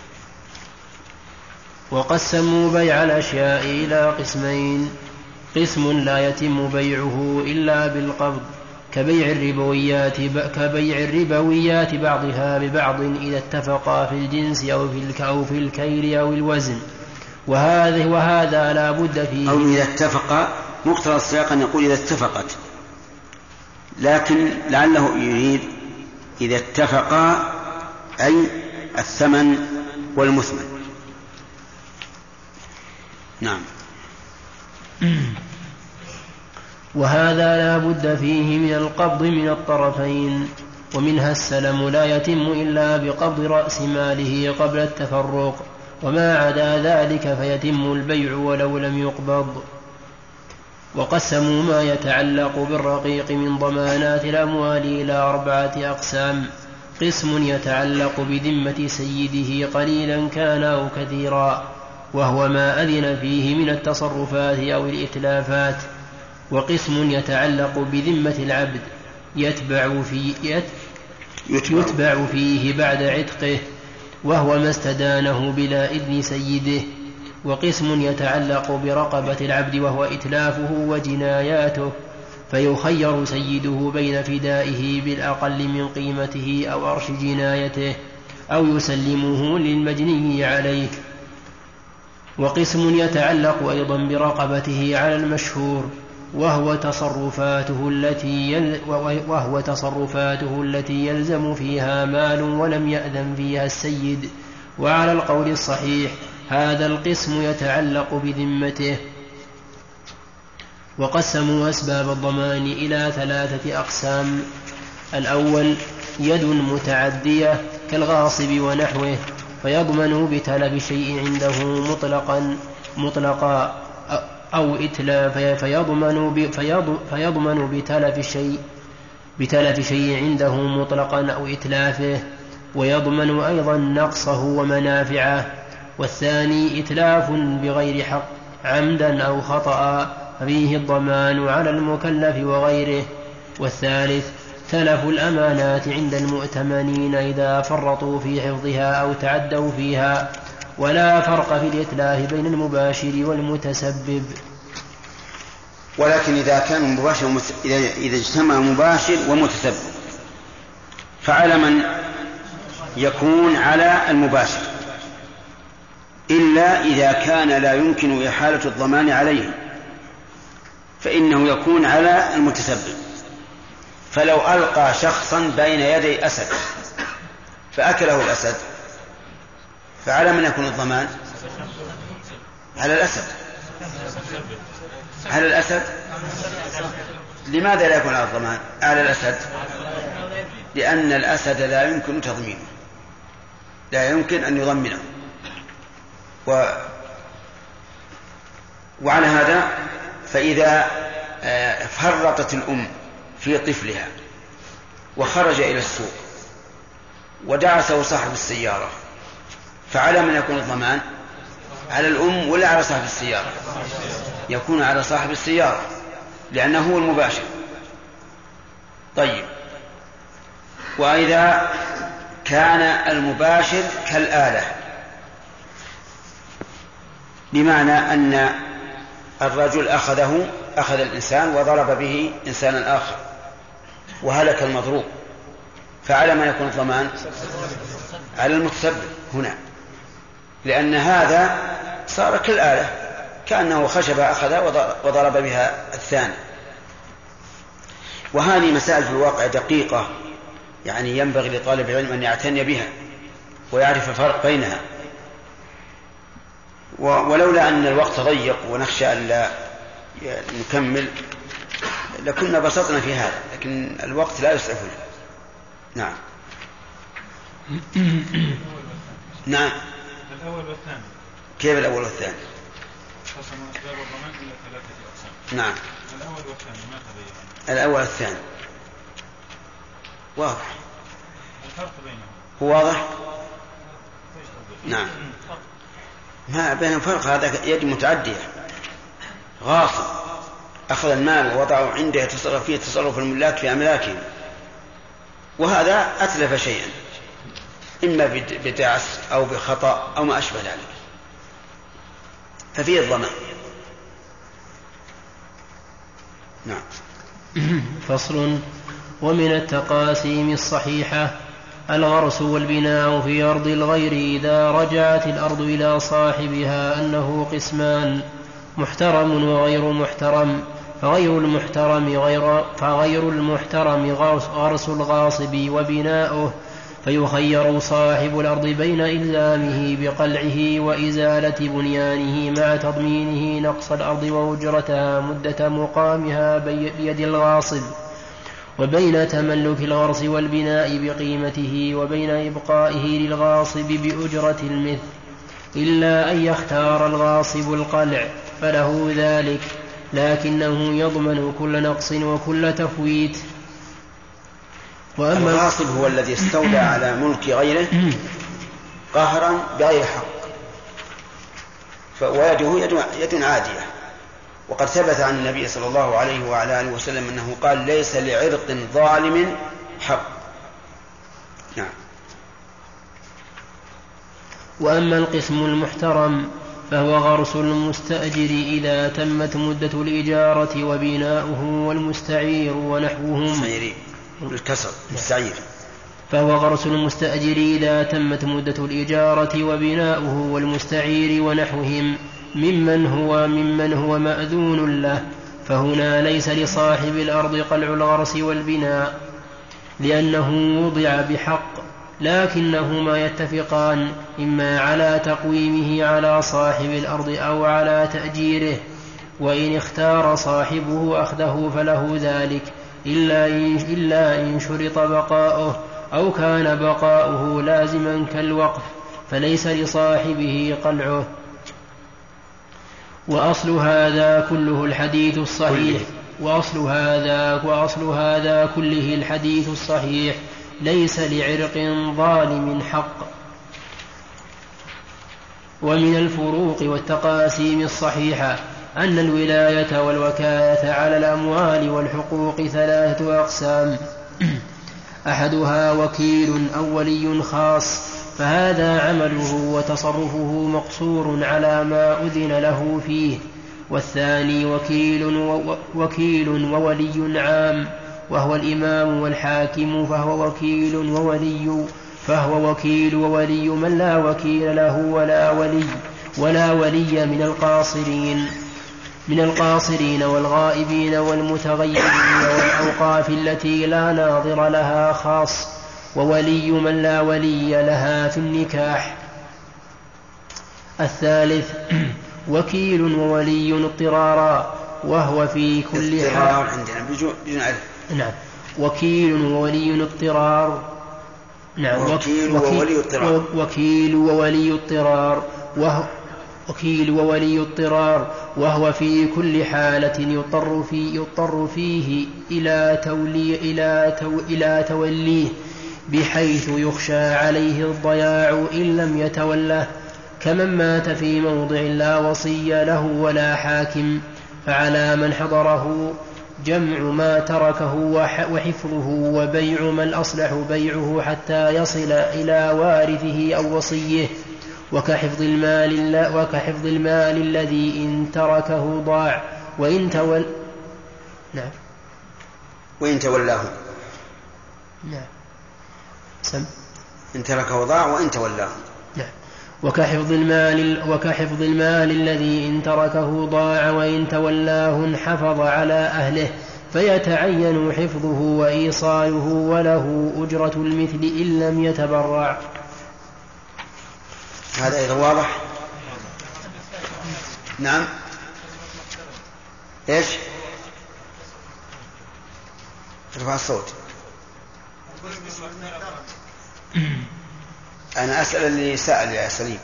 وقسموا بيع الأشياء إلى قسمين: قسم لا يتم بيعه إلا بالقبض كبيع الربويات كبيع الربويات بعضها ببعض إذا اتفقا في الجنس أو في أو في الكيل أو الوزن، وهذا وهذا لا بد فيه. أو إذا اتفقا، مقتضى السياق أن يقول إذا اتفقت، لكن لعله يريد إذا اتفقا أي الثمن والمثمن. نعم. وهذا لا بد فيه من القبض من الطرفين. ومنها السلم لا يتم إلا بقبض رأس ماله قبل التفرق، وما عدا ذلك فيتم البيع ولو لم يقبض. وقسموا ما يتعلق بالرقيق من ضمانات الأموال إلى أربعة أقسام: قسم يتعلق بذمة سيده قليلا كان أو كثيرا، وهو ما أذن فيه من التصرفات أو الإتلافات. وقسم يتعلق بذمة العبد يتبع, في يتبع فيه بعد عتقه، وهو ما استدانه بلا إذن سيده. وقسم يتعلق برقبة العبد وهو إتلافه وجناياته، فيخير سيده بين فدائه بالأقل من قيمته أو أرش جنايته أو يسلمه للمجني عليه. وقسم يتعلق أيضا برقبته على المشهور، وهو تصرفاته التي يل وهو تصرفاته التي يلزم فيها مال ولم يأذن فيها السيد. وعلى القول الصحيح هذا القسم يتعلق بذمته. وقسموا أسباب الضمان إلى ثلاثة أقسام: الأول يد متعدية كالغاصب ونحوه، فيضمن بتلف شيء عنده مطلقا مطلقا أو إتلاف، فيضمن فيضمن بتلف شيء بتلف شيء عنده مطلقا أو إتلافه، ويضمن أيضا نقصه ومنافعه. والثاني إتلاف بغير حق عمدا أو خطأ، فيه الضمان على المكلف وغيره. والثالث تلف الأمانات عند المؤتمنين إذا فرطوا في حفظها أو تعدوا فيها. ولا فرق في الإتلاف بين المباشر والمتسبب. ولكن إذا كان مباشر ومت... إذا اجتمع مباشر ومتسبب فعلى من يكون على المباشر، إلا إذا كان لا يمكن إحالة الضمان عليه فإنه يكون على المتسبب. فلو ألقى شخصا بين يدي أسد فأكله الأسد فعلى من يكون الضمان؟ على الأسد على الأسد لماذا لا يكون على الضمان على الأسد؟ لأن الأسد لا يمكن تضمينه، لا يمكن أن يضمنه. و... وعلى هذا فإذا فرطت الأم في طفلها وخرج إلى السوق ودعسه صاحب السيارة فعلى من يكون الضمان؟ على الأم ولا على صاحب السيارة؟ يكون على صاحب السيارة لأنه هو المباشر. طيب، وإذا كان المباشر كالآلة، بمعنى أن الرجل أخذه أخذ الإنسان وضرب به إنسانا آخر وهلك المضروب، فعلى ما يكون الضمان؟ على المتسبب هنا، لأن هذا صار كالآلة كأنه خشبة أخذ وضرب بها الثاني. وهذه مسائل في الواقع دقيقة، يعني ينبغي لطالب العلم أن يعتني بها ويعرف الفرق بينها. ولولا أن الوقت ضيق ونخشى أن لا نكمل لكنا بسطنا في هذا، لكن الوقت لا يسعفنا. نعم نعم الأول والثاني. كيف الأول والثاني؟ قسموا أسباب الضمان إلى ثلاثة أقسام. نعم. الأول والثاني ما تبين؟ الأول والثاني واضح. الفرق بينهم هو واضح؟ نعم. ما بينهم فرق. هذا يد متعدية، غاصب أخذ المال ووضعه عنده يتصرف فيه تصرف الملاك في أملاكهم، وهذا أتلف شيئا إما بدعس أو بخطأ أو ما أشبه ذلك، ففيه الضمان. نعم. فصل. ومن التقاسيم الصحيحة الغرس والبناء في أرض الغير إذا رجعت الأرض إلى صاحبها أنه قسمان: محترم وغير محترم. فغير المحترم غير فغير المحترم غرس الغاصب وبناؤه، فيخير صاحب الأرض بين إلزامه بقلعه وإزالة بنيانه مع تضمينه نقص الأرض وأجرتها مدة مقامها بيد الغاصب، وبين تملك الغرس والبناء بقيمته، وبين إبقائه للغاصب بأجرة المثل، إلا أن يختار الغاصب القلع فله ذلك، لكنه يضمن كل نقص وكل تفويت. وأما الغاصب هو الذي استولى على ملك غيره قهرا بغير حق، ويده يد, يد عادية. وقد ثبت عن النبي صلى الله عليه وعلى آله وسلم أنه قال ليس لعرق ظالم حق. نعم. وأما القسم المحترم فهو غرس المستأجر إذا تمت مدة الإجارة وبناؤه والمستعير ونحوهم بالكسر مستعير. فهو غرس المستأجر إذا تمت مدة الإجارة وبناؤه والمستعير ونحوهم ممن هو ممن هو مأذون له، فهنا ليس لصاحب الأرض قلع الغرس والبناء لأنه وضع بحق، لكنهما يتفقان إما على تقويمه على صاحب الأرض أو على تأجيره، وإن اختار صاحبه أخذه فله ذلك إلا إن, إلا إن شرط بقاؤه أو كان بقاؤه لازما كالوقف فليس لصاحبه قلعه. وأصل هذا كله الحديث الصحيح وأصل هذا وأصل هذا كله الحديث الصحيح ليس لعرق ظالم حق. ومن الفروق والتقاسيم الصحيحة أن الولاية والوكالة على الأموال والحقوق ثلاثة أقسام: أحدها وكيل أو ولي خاص، فهذا عمله وتصرفه مقصور على ما أذن له فيه. والثاني وكيل, وكيل وولي عام، وهو الإمام والحاكم، فهو وكيل وولي فهو وكيل وولي من لا وكيل له ولا ولي ولا ولي من القاصرين من القاصرين والغائبين والمتغيرين والأوقاف التي لا ناظر لها خاص، وولي من لا ولي لها في النكاح. الثالث وكيل وولي اضطرارا، وهو في كل حال نعم وكيل وولي اضطرار نعم وكيل وولي اضطرار وكيل وولي اضطرار وهو وكيل وولي اضطرار وهو في كل حالة يضطر فيه يضطر فيه إلى تولي إلى تو إلى توليه، بحيث يخشى عليه الضياع إن لم يتوله، كمن مات في موضع لا وصي له ولا حاكم، فعلى من حضره جمع ما تركه وحفظه وبيع ما الأصلح بيعه حتى يصل إلى وارثه أو وصيه، وكحفظ المال وكحفظ المال الذي إن تركه ضاع وإن تول نعم وإن تولاه نعم سم إن تركه ضاع وإن تولاه نعم وكحفظ المال وكحفظ المال الذي إن تركه ضاع وإن تولاه انحفظ على أهله، فيتعين حفظه وإيصاله وله أجرة المثل إن لم يتبرع. هذا أيضا واضح. نعم إيش ارفع الصوت. أنا أسأل اللي سأل يا سليم.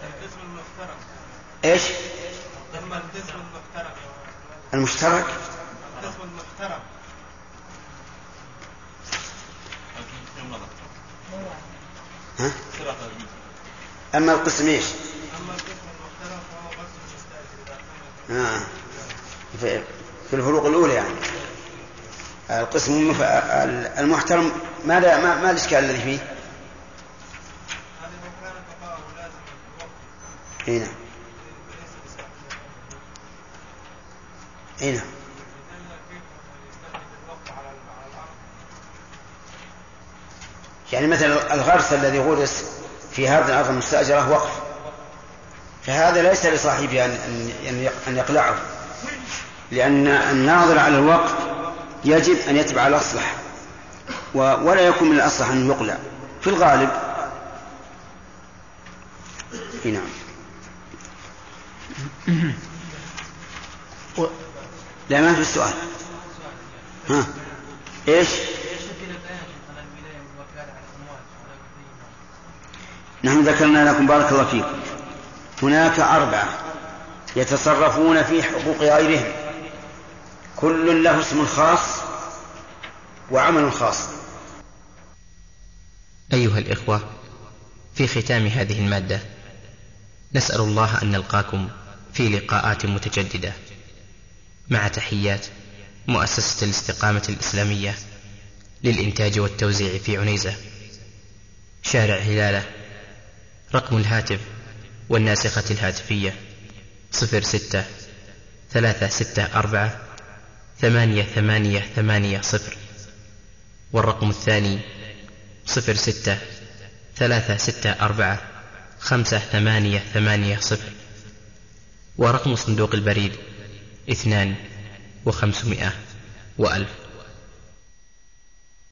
إيش المشترك ها؟ أما القسم إيش آه. في الفروق الأولى يعني القسم المحترم ماذا ما, ما الإشكال الذي فيه؟ هنا هنا يعني مثلا الغرس الذي غرس في هذا الأرض المستأجرة وقف، فهذا ليس لصاحبه أن يقلعه، لأن الناظر على الوقف يجب أن يتبع الأصلح، ولا يكون من الأصلح أن يقلع في الغالب. نعم. لا ما في السؤال. ها إيش نحن ذكرنا لكم بارك الله فيكم هناك أربعة يتصرفون في حقوق غيرهم، كل له اسم خاص وعمل خاص. أيها الإخوة، في ختام هذه المادة نسأل الله أن نلقاكم في لقاءات متجددة، مع تحيات مؤسسة الاستقامة الإسلامية للإنتاج والتوزيع في عنيزة، شارع هلالة. رقم الهاتف والناسخة الهاتفية صفر ستة ثلاثة ستة أربعة ثمانية ثمانية ثمانية صفر، والرقم الثاني صفر ستة ثلاثة ستة أربعة خمسة ثمانية ثمانية صفر، ورقم صندوق البريد اثنان وخمسمائة وألف.